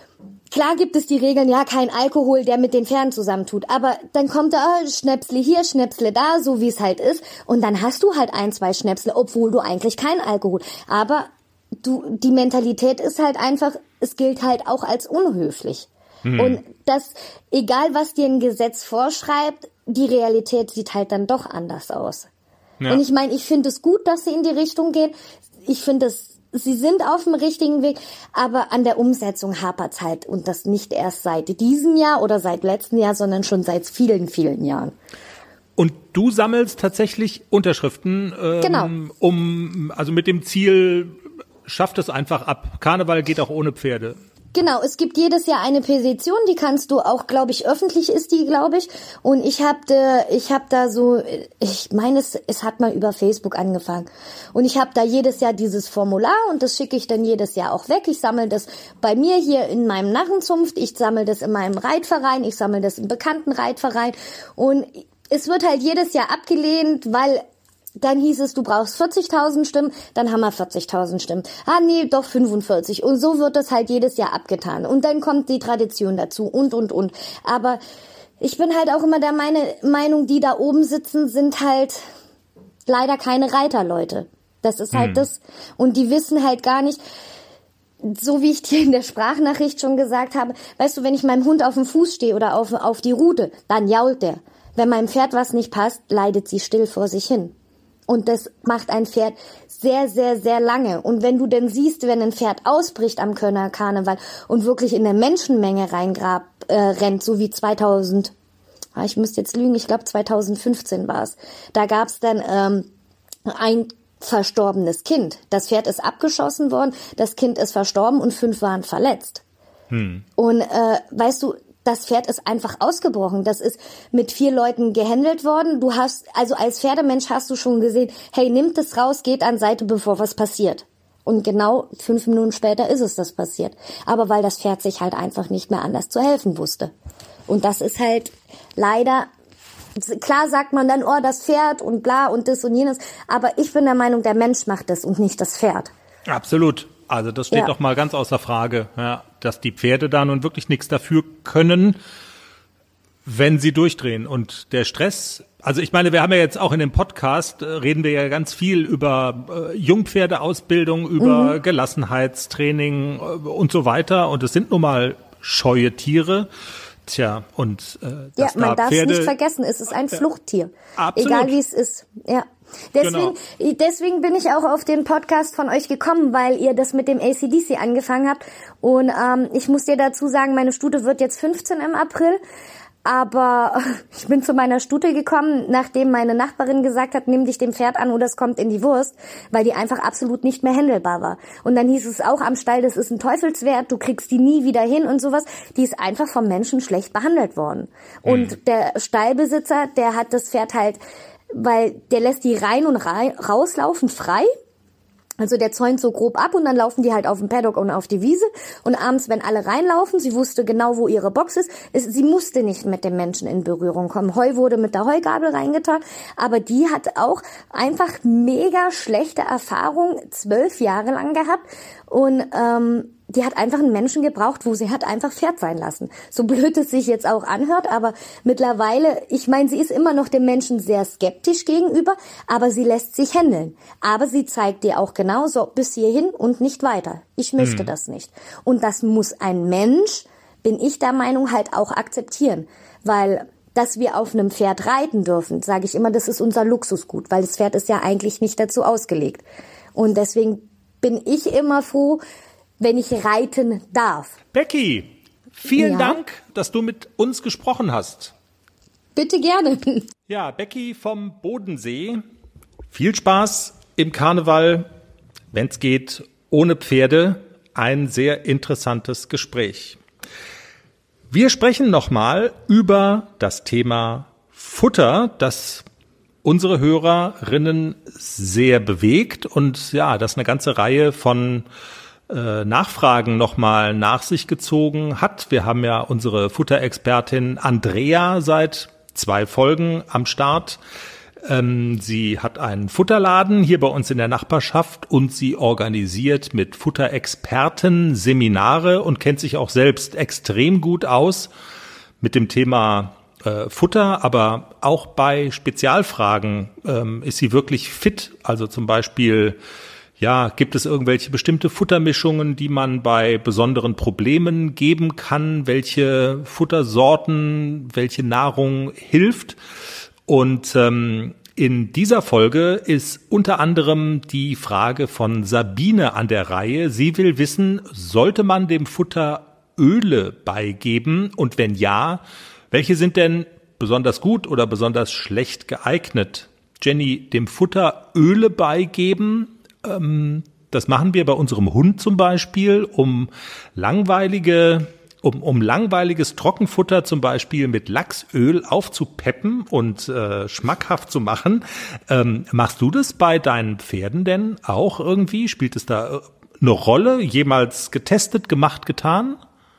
klar gibt es die Regeln, ja, kein Alkohol, der mit den Pferden zusammentut. Aber dann kommt da Schnäpsle hier, Schnäpsle da, so wie es halt ist. Und dann hast du halt 1, 2 Schnäpsle, obwohl du eigentlich kein Alkohol. Aber die Mentalität ist halt einfach, es gilt halt auch als unhöflich. Und das, egal was dir ein Gesetz vorschreibt, die Realität sieht halt dann doch anders aus. Ja. Und ich meine, ich finde es gut, dass sie in die Richtung gehen. Ich finde sie sind auf dem richtigen Weg, aber an der Umsetzung hapert's halt und das nicht erst seit diesem Jahr oder seit letztem Jahr, sondern schon seit vielen, vielen Jahren. Und du sammelst tatsächlich Unterschriften, genau. Also mit dem Ziel, schafft es einfach ab. Karneval geht auch ohne Pferde. Genau, es gibt jedes Jahr eine Petition, die kannst du auch, glaube ich, öffentlich ist die, glaube ich. Und ich meine, es hat mal über Facebook angefangen. Und ich habe da jedes Jahr dieses Formular und das schicke ich dann jedes Jahr auch weg. Ich sammle das bei mir hier in meinem Narrenzunft, ich sammle das in meinem Reitverein, ich sammle das im bekannten Reitverein. Und es wird halt jedes Jahr abgelehnt, weil dann hieß es, du brauchst 40.000 Stimmen, dann haben wir 40.000 Stimmen. Ah nee, doch 45. Und so wird das halt jedes Jahr abgetan. Und dann kommt die Tradition dazu und. Aber ich bin halt auch immer der Meinung, die da oben sitzen, sind halt leider keine Reiterleute. Das ist halt das. Und die wissen halt gar nicht, so wie ich dir in der Sprachnachricht schon gesagt habe, weißt du, wenn ich meinem Hund auf dem Fuß stehe oder auf die Rute, dann jault der. Wenn meinem Pferd was nicht passt, leidet sie still vor sich hin. Und das macht ein Pferd sehr, sehr, sehr lange. Und wenn du denn siehst, wenn ein Pferd ausbricht am Kölner Karneval und wirklich in eine Menschenmenge rennt, so wie 2000, ich müsste jetzt lügen, ich glaube 2015 war es. Da gab es dann ein verstorbenes Kind. Das Pferd ist abgeschossen worden, das Kind ist verstorben und 5 waren verletzt. Und weißt du, das Pferd ist einfach ausgebrochen. Das ist mit 4 Leuten gehandelt worden. Du hast, also als Pferdemensch hast du schon gesehen, hey, nimmt es raus, geht an Seite, bevor was passiert. Und genau 5 Minuten später ist es das passiert. Aber weil das Pferd sich halt einfach nicht mehr anders zu helfen wusste. Und das ist halt leider, klar sagt man dann, oh, das Pferd und bla und das und jenes. Aber ich bin der Meinung, der Mensch macht es und nicht das Pferd. Absolut. Also das steht doch mal ganz außer Frage, ja, dass die Pferde da nun wirklich nichts dafür können, wenn sie durchdrehen. Und der Stress, also ich meine, wir haben ja jetzt auch in dem Podcast, reden wir ja ganz viel über Jungpferdeausbildung, über Gelassenheitstraining und so weiter. Und es sind nun mal scheue Tiere. Tja, und ja, man darf es nicht vergessen, es ist ein Fluchttier. Absolut. Egal wie es ist. Ja. Deswegen bin ich auch auf den Podcast von euch gekommen, weil ihr das mit dem AC/DC angefangen habt. Und ich muss dir dazu sagen, meine Stute wird jetzt 15 im April. Aber ich bin zu meiner Stute gekommen, nachdem meine Nachbarin gesagt hat, nimm dich dem Pferd an oder es kommt in die Wurst, weil die einfach absolut nicht mehr händelbar war. Und dann hieß es auch am Stall, das ist ein Teufelswert, du kriegst die nie wieder hin und sowas. Die ist einfach vom Menschen schlecht behandelt worden. Und der Stallbesitzer, der hat das Pferd halt, weil der lässt die rein und rauslaufen frei. Also der zäunt so grob ab und dann laufen die halt auf dem Paddock und auf die Wiese. Und abends, wenn alle reinlaufen, sie wusste genau, wo ihre Box ist, sie musste nicht mit dem Menschen in Berührung kommen. Heu wurde mit der Heugabel reingetan, aber die hat auch einfach mega schlechte Erfahrungen 12 Jahre lang gehabt. Und die hat einfach einen Menschen gebraucht, wo sie hat einfach Pferd sein lassen. So blöd es sich jetzt auch anhört, aber mittlerweile, ich meine, sie ist immer noch dem Menschen sehr skeptisch gegenüber, aber sie lässt sich händeln. Aber sie zeigt dir auch genau so bis hierhin und nicht weiter. Ich möchte das nicht. Und das muss ein Mensch, bin ich der Meinung, halt auch akzeptieren. Weil, dass wir auf einem Pferd reiten dürfen, sage ich immer, das ist unser Luxusgut, weil das Pferd ist ja eigentlich nicht dazu ausgelegt. Und deswegen bin ich immer froh, wenn ich reiten darf. Becky, vielen Dank, dass du mit uns gesprochen hast. Bitte gerne. Ja, Becky vom Bodensee. Viel Spaß im Karneval, wenn es geht, ohne Pferde. Ein sehr interessantes Gespräch. Wir sprechen nochmal über das Thema Futter, das unsere Hörerinnen sehr bewegt und ja, das eine ganze Reihe von Nachfragen nochmal nach sich gezogen hat. Wir haben ja unsere Futterexpertin Andrea seit 2 Folgen am Start. Sie hat einen Futterladen hier bei uns in der Nachbarschaft und sie organisiert mit Futterexperten Seminare und kennt sich auch selbst extrem gut aus mit dem Thema Futter, aber auch bei Spezialfragen ist sie wirklich fit. Also zum Beispiel, ja, gibt es irgendwelche bestimmte Futtermischungen, die man bei besonderen Problemen geben kann? Welche Futtersorten, welche Nahrung hilft? Und in dieser Folge ist unter anderem die Frage von Sabine an der Reihe. Sie will wissen, sollte man dem Futter Öle beigeben? Und wenn ja, welche sind denn besonders gut oder besonders schlecht geeignet? Jenny, dem Futter Öle beigeben? Das machen wir bei unserem Hund zum Beispiel, um langweiliges Trockenfutter zum Beispiel mit Lachsöl aufzupeppen und schmackhaft zu machen. Machst du das bei deinen Pferden denn auch irgendwie? Spielt es da eine Rolle? Jemals getestet, gemacht, getan?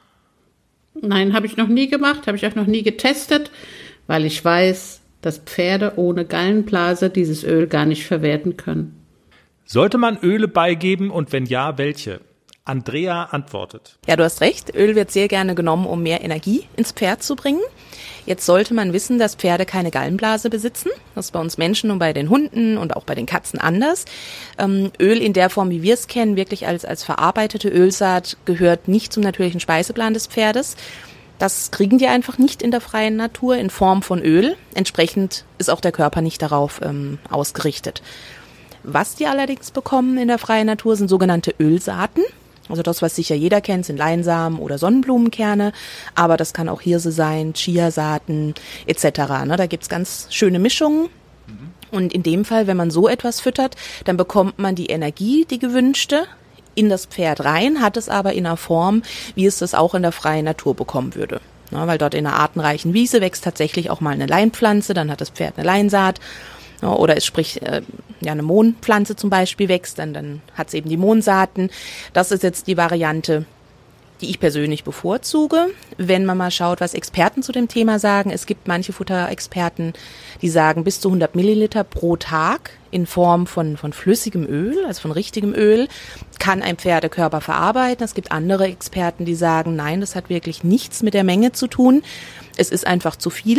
Nein, habe ich noch nie gemacht, habe ich auch noch nie getestet, weil ich weiß, dass Pferde ohne Gallenblase dieses Öl gar nicht verwerten können. Sollte man Öle beigeben und wenn ja, welche? Andrea antwortet. Ja, du hast recht. Öl wird sehr gerne genommen, um mehr Energie ins Pferd zu bringen. Jetzt sollte man wissen, dass Pferde keine Gallenblase besitzen. Das ist bei uns Menschen und bei den Hunden und auch bei den Katzen anders. Öl in der Form, wie wir es kennen, wirklich als verarbeitete Ölsaat, gehört nicht zum natürlichen Speiseplan des Pferdes. Das kriegen die einfach nicht in der freien Natur in Form von Öl. Entsprechend ist auch der Körper nicht darauf ausgerichtet. Was die allerdings bekommen in der freien Natur, sind sogenannte Ölsaaten. Also das, was sicher jeder kennt, sind Leinsamen oder Sonnenblumenkerne. Aber das kann auch Hirse sein, Chiasaaten etc. Da gibt's ganz schöne Mischungen. Und in dem Fall, wenn man so etwas füttert, dann bekommt man die Energie, die gewünschte, in das Pferd rein, hat es aber in einer Form, wie es das auch in der freien Natur bekommen würde. Weil dort in einer artenreichen Wiese wächst tatsächlich auch mal eine Leinpflanze, dann hat das Pferd eine Leinsaat. Ja, oder es sprich eine Mohnpflanze zum Beispiel wächst, dann hat es eben die Mohnsaaten. Das ist jetzt die Variante, die ich persönlich bevorzuge. Wenn man mal schaut, was Experten zu dem Thema sagen, es gibt manche Futterexperten, die sagen, bis zu 100 Milliliter pro Tag in Form von flüssigem Öl, also von richtigem Öl, kann ein Pferdekörper verarbeiten. Es gibt andere Experten, die sagen, nein, das hat wirklich nichts mit der Menge zu tun. Es ist einfach zu viel.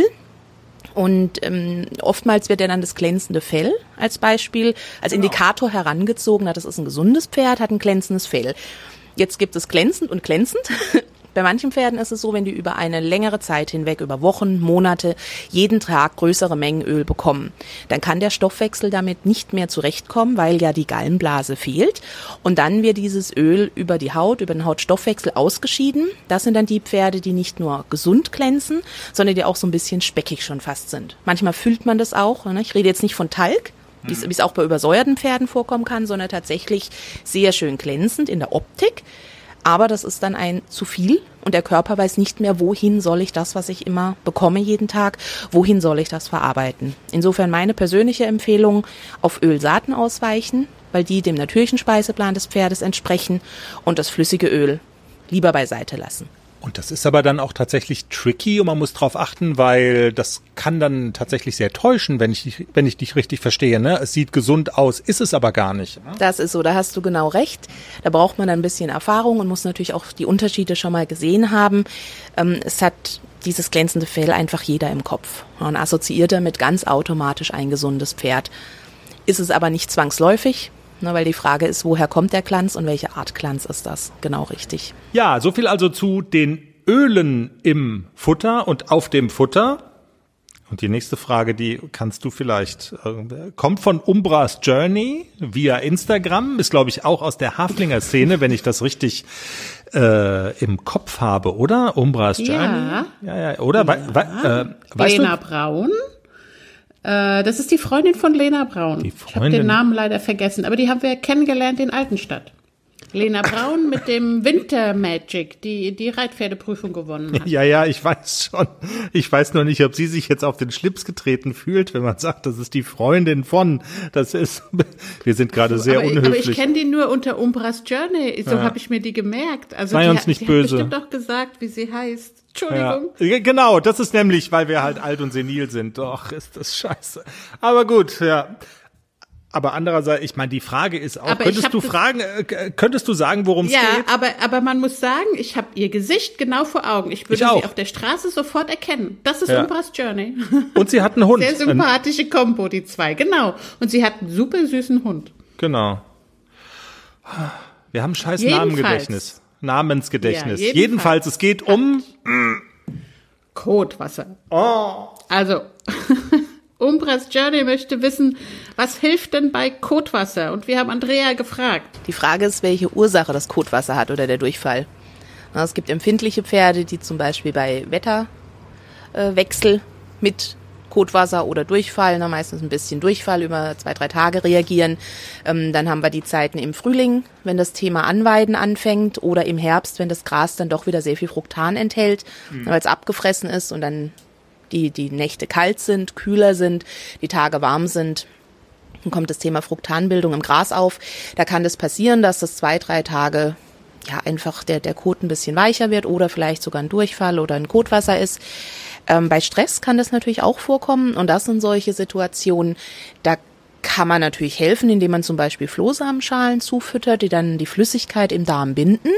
Und oftmals wird ja dann das glänzende Fell als Beispiel, als Indikator herangezogen. Das ist ein gesundes Pferd, hat ein glänzendes Fell. Jetzt gibt es glänzend und glänzend. Bei manchen Pferden ist es so, wenn die über eine längere Zeit hinweg, über Wochen, Monate, jeden Tag größere Mengen Öl bekommen, dann kann der Stoffwechsel damit nicht mehr zurechtkommen, weil ja die Gallenblase fehlt. Und dann wird dieses Öl über die Haut, über den Hautstoffwechsel ausgeschieden. Das sind dann die Pferde, die nicht nur gesund glänzen, sondern die auch so ein bisschen speckig schon fast sind. Manchmal fühlt man das auch. Ich rede jetzt nicht von Talg, wie es auch bei übersäuerten Pferden vorkommen kann, sondern tatsächlich sehr schön glänzend in der Optik. Aber das ist dann ein zu viel und der Körper weiß nicht mehr, wohin soll ich das, was ich immer bekomme jeden Tag, wohin soll ich das verarbeiten. Insofern meine persönliche Empfehlung, auf Ölsaaten ausweichen, weil die dem natürlichen Speiseplan des Pferdes entsprechen und das flüssige Öl lieber beiseite lassen. Und das ist aber dann auch tatsächlich tricky und man muss drauf achten, weil das kann dann tatsächlich sehr täuschen, wenn ich dich richtig verstehe. Ne? Es sieht gesund aus, ist es aber gar nicht. Ne? Das ist so, da hast du genau recht. Da braucht man dann ein bisschen Erfahrung und muss natürlich auch die Unterschiede schon mal gesehen haben. Es hat dieses glänzende Fell einfach jeder im Kopf und assoziiert damit ganz automatisch ein gesundes Pferd. Ist es aber nicht zwangsläufig. Weil die Frage ist, woher kommt der Glanz und welche Art Glanz ist das? Genau richtig. Ja, so viel also zu den Ölen im Futter und auf dem Futter. Und die nächste Frage, die kannst du vielleicht, kommt von Umbras Journey via Instagram, ist glaube ich auch aus der Haflinger Szene, wenn ich das richtig im Kopf habe, oder? Umbras Journey? Ja, oder? Ja. Weißt Lena du? Braun. Das ist die Freundin von Lena Braun. Ich habe den Namen leider vergessen, aber die haben wir kennengelernt in Altenstadt. Lena Braun mit dem Winter Magic, die Reitpferdeprüfung gewonnen hat. Ja, ich weiß schon. Ich weiß nur nicht, ob sie sich jetzt auf den Schlips getreten fühlt, wenn man sagt, das ist die Freundin von. Wir sind gerade sehr unhöflich. Aber ich kenne die nur unter Umbras Journey. So habe ich mir die gemerkt. Also sei uns nicht böse. Die hat bestimmt doch gesagt, wie sie heißt. Entschuldigung. Ja, genau, das ist nämlich, weil wir halt alt und senil sind. Doch, ist das scheiße. Aber gut, ja. Aber andererseits, ich meine, die Frage ist auch, könntest du sagen, worum es geht? Ja, aber man muss sagen, ich habe ihr Gesicht genau vor Augen. Ich würde sie auf der Straße sofort erkennen. Das ist Umbras Journey. Und sie hat einen Hund. Sehr sympathische Kombo, die zwei, genau. Und sie hat einen super süßen Hund. Genau. Wir haben scheiß Namensgedächtnis. Ja, jedenfalls, es geht um Kotwasser. Oh. Also, Umbras Journey möchte wissen, was hilft denn bei Kotwasser? Und wir haben Andrea gefragt. Die Frage ist, welche Ursache das Kotwasser hat oder der Durchfall. Es gibt empfindliche Pferde, die zum Beispiel bei Wetterwechsel mit Kotwasser oder Durchfall, meistens ein bisschen Durchfall über 2-3 Tage reagieren. Dann haben wir die Zeiten im Frühling, wenn das Thema Anweiden anfängt, oder im Herbst, wenn das Gras dann doch wieder sehr viel Fructan enthält, weil es abgefressen ist und dann die Nächte kalt sind, kühler sind, die Tage warm sind. Dann kommt das Thema Fructanbildung im Gras auf. Da kann das passieren, dass das 2-3 Tage einfach der Kot ein bisschen weicher wird oder vielleicht sogar ein Durchfall oder ein Kotwasser ist. Bei Stress kann das natürlich auch vorkommen und das sind solche Situationen, da kann man natürlich helfen, indem man zum Beispiel Flohsamenschalen zufüttert, die dann die Flüssigkeit im Darm binden.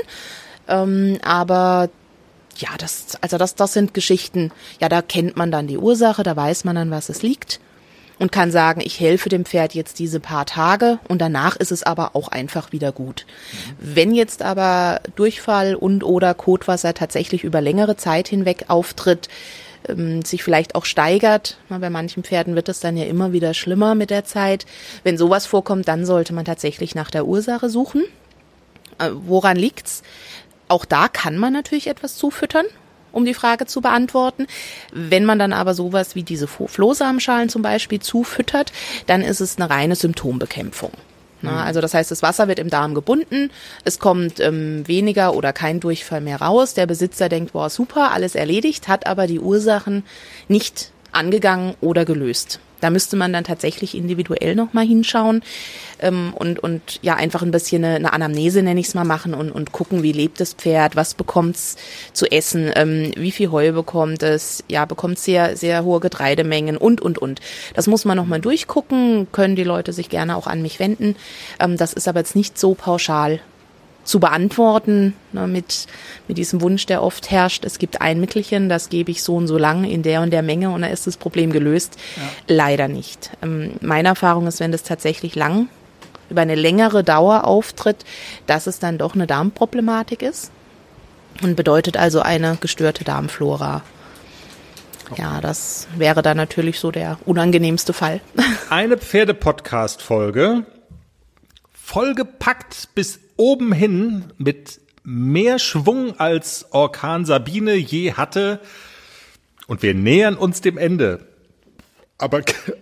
Aber ja, das sind Geschichten, da kennt man dann die Ursache, da weiß man, an was es liegt und kann sagen, ich helfe dem Pferd jetzt diese paar Tage und danach ist es aber auch einfach wieder gut. Wenn jetzt aber Durchfall und oder Kotwasser tatsächlich über längere Zeit hinweg auftritt, sich vielleicht auch steigert. Bei manchen Pferden wird es dann ja immer wieder schlimmer mit der Zeit. Wenn sowas vorkommt, dann sollte man tatsächlich nach der Ursache suchen. Woran liegt's? Auch da kann man natürlich etwas zufüttern, um die Frage zu beantworten. Wenn man dann aber sowas wie diese Flohsamenschalen zum Beispiel zufüttert, dann ist es eine reine Symptombekämpfung. Also das heißt, das Wasser wird im Darm gebunden, es kommt weniger oder kein Durchfall mehr raus. Der Besitzer denkt, boah, super, alles erledigt, hat aber die Ursachen nicht angegangen oder gelöst. Da müsste man dann tatsächlich individuell nochmal hinschauen und ja einfach ein bisschen eine Anamnese, nenne ich es mal, machen und gucken, wie lebt das Pferd, was bekommt es zu essen, wie viel Heu bekommt es, ja, bekommt es sehr, sehr hohe Getreidemengen und. Das muss man nochmal durchgucken, können die Leute sich gerne auch an mich wenden. Das ist aber jetzt nicht so pauschal zu beantworten, ne, mit diesem Wunsch, der oft herrscht. Es gibt ein Mittelchen, das gebe ich so und so lang in der und der Menge und dann ist das Problem gelöst. Ja. Leider nicht. Meine Erfahrung ist, wenn das tatsächlich über eine längere Dauer auftritt, dass es dann doch eine Darmproblematik ist und bedeutet also eine gestörte Darmflora. Ja, das wäre dann natürlich so der unangenehmste Fall. Eine Pferde-Podcast-Folge, vollgepackt bis oben hin mit mehr Schwung als Orkan Sabine je hatte. Und wir nähern uns dem Ende. Aber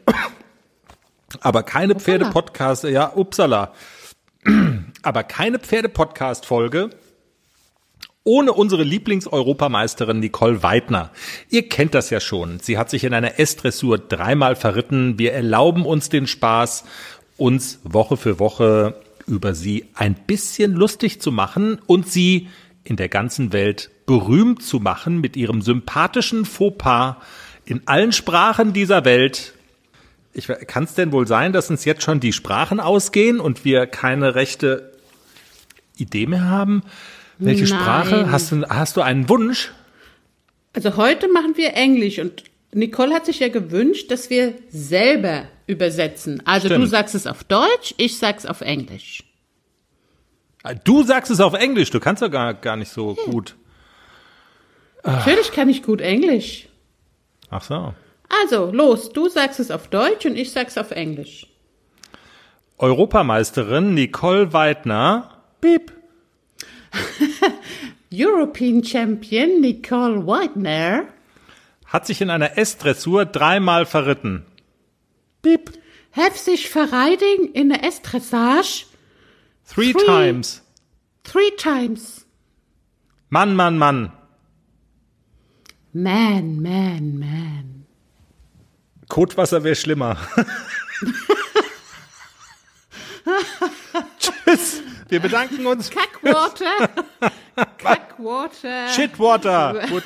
keine Pferde-Podcast, ja, upsala. Aber keine Pferde-Podcast-Folge ohne unsere Lieblings-Europameisterin Nicole Weidner. Ihr kennt das ja schon. Sie hat sich in einer S-Dressur 3-mal verritten. Wir erlauben uns den Spaß, uns Woche für Woche über sie ein bisschen lustig zu machen und sie in der ganzen Welt berühmt zu machen mit ihrem sympathischen Fauxpas in allen Sprachen dieser Welt. Kann es denn wohl sein, dass uns jetzt schon die Sprachen ausgehen und wir keine rechte Idee mehr haben? Welche Nein. Sprache? Hast du einen Wunsch? Also heute machen wir Englisch und Nicole hat sich ja gewünscht, dass wir selber übersetzen. Also Stimmt. Du sagst es auf Deutsch, ich sag's auf Englisch. Du sagst es auf Englisch, du kannst doch gar nicht so gut. Natürlich kann ich gut Englisch. Ach so. Also, los, du sagst es auf Deutsch und ich sag's auf Englisch. Europameisterin Nicole Weidner. Piep. European Champion Nicole Weidner Hat sich in einer S-Dressur 3-mal verritten. Piep. hat sich verreiting in der S-Dressage 3 times. 3 times. Mann. Man. Kotwasser wäre schlimmer. Tschüss. Wir bedanken uns. Kackwater. Kackwater. Shitwater. Gut.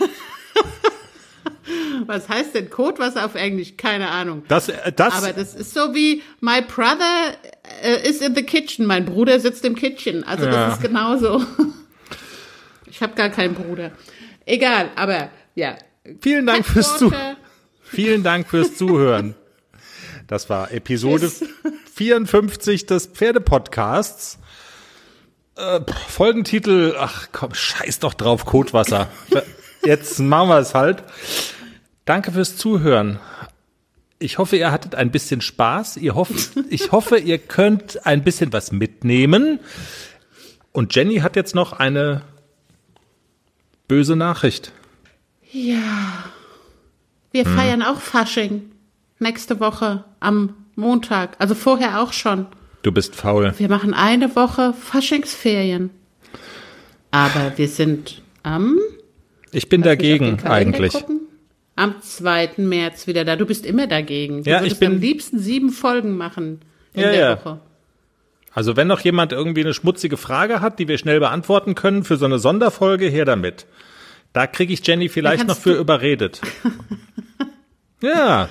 Was heißt denn Kotwasser auf Englisch? Keine Ahnung. Das. Aber das ist so wie my brother is in the kitchen. Mein Bruder sitzt im Kitchen. Also das ist genauso. Ich habe gar keinen Bruder. Egal, aber ja. Vielen Dank fürs Zuhören. Das war Episode 54 des Pferdepodcasts. Folgentitel, ach komm, scheiß doch drauf, Kotwasser. Jetzt machen wir es halt. Danke fürs Zuhören. Ich hoffe, ihr hattet ein bisschen Spaß. Ich hoffe, ihr könnt ein bisschen was mitnehmen. Und Jenny hat jetzt noch eine böse Nachricht. Ja. Wir feiern auch Fasching. Nächste Woche am Montag. Also vorher auch schon. Du bist faul. Wir machen eine Woche Faschingsferien. Aber wir sind am... Ich bin dagegen eigentlich. Gucken. Am 2. März wieder da. Du bist immer dagegen. Du ja, würdest am liebsten 7 Folgen machen in der Woche. Also wenn noch jemand irgendwie eine schmutzige Frage hat, die wir schnell beantworten können für so eine Sonderfolge, her damit. Da kriege ich Jenny vielleicht noch für überredet. Ja.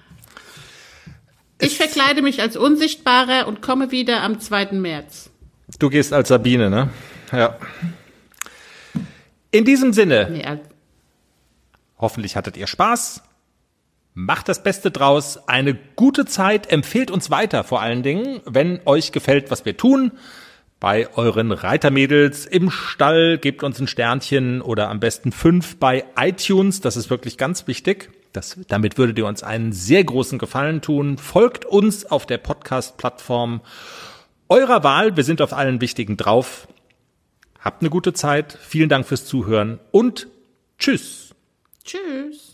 Ich verkleide mich als Unsichtbarer und komme wieder am 2. März. Du gehst als Sabine, ne? Ja. In diesem Sinne, hoffentlich hattet ihr Spaß. Macht das Beste draus. Eine gute Zeit. Empfehlt uns weiter, vor allen Dingen, wenn euch gefällt, was wir tun. Bei euren Reitermädels im Stall, gebt uns ein Sternchen oder am besten 5 bei iTunes. Das ist wirklich ganz wichtig. Damit würdet ihr uns einen sehr großen Gefallen tun. Folgt uns auf der Podcast-Plattform eurer Wahl. Wir sind auf allen wichtigen drauf. Habt eine gute Zeit. Vielen Dank fürs Zuhören und tschüss. Tschüss.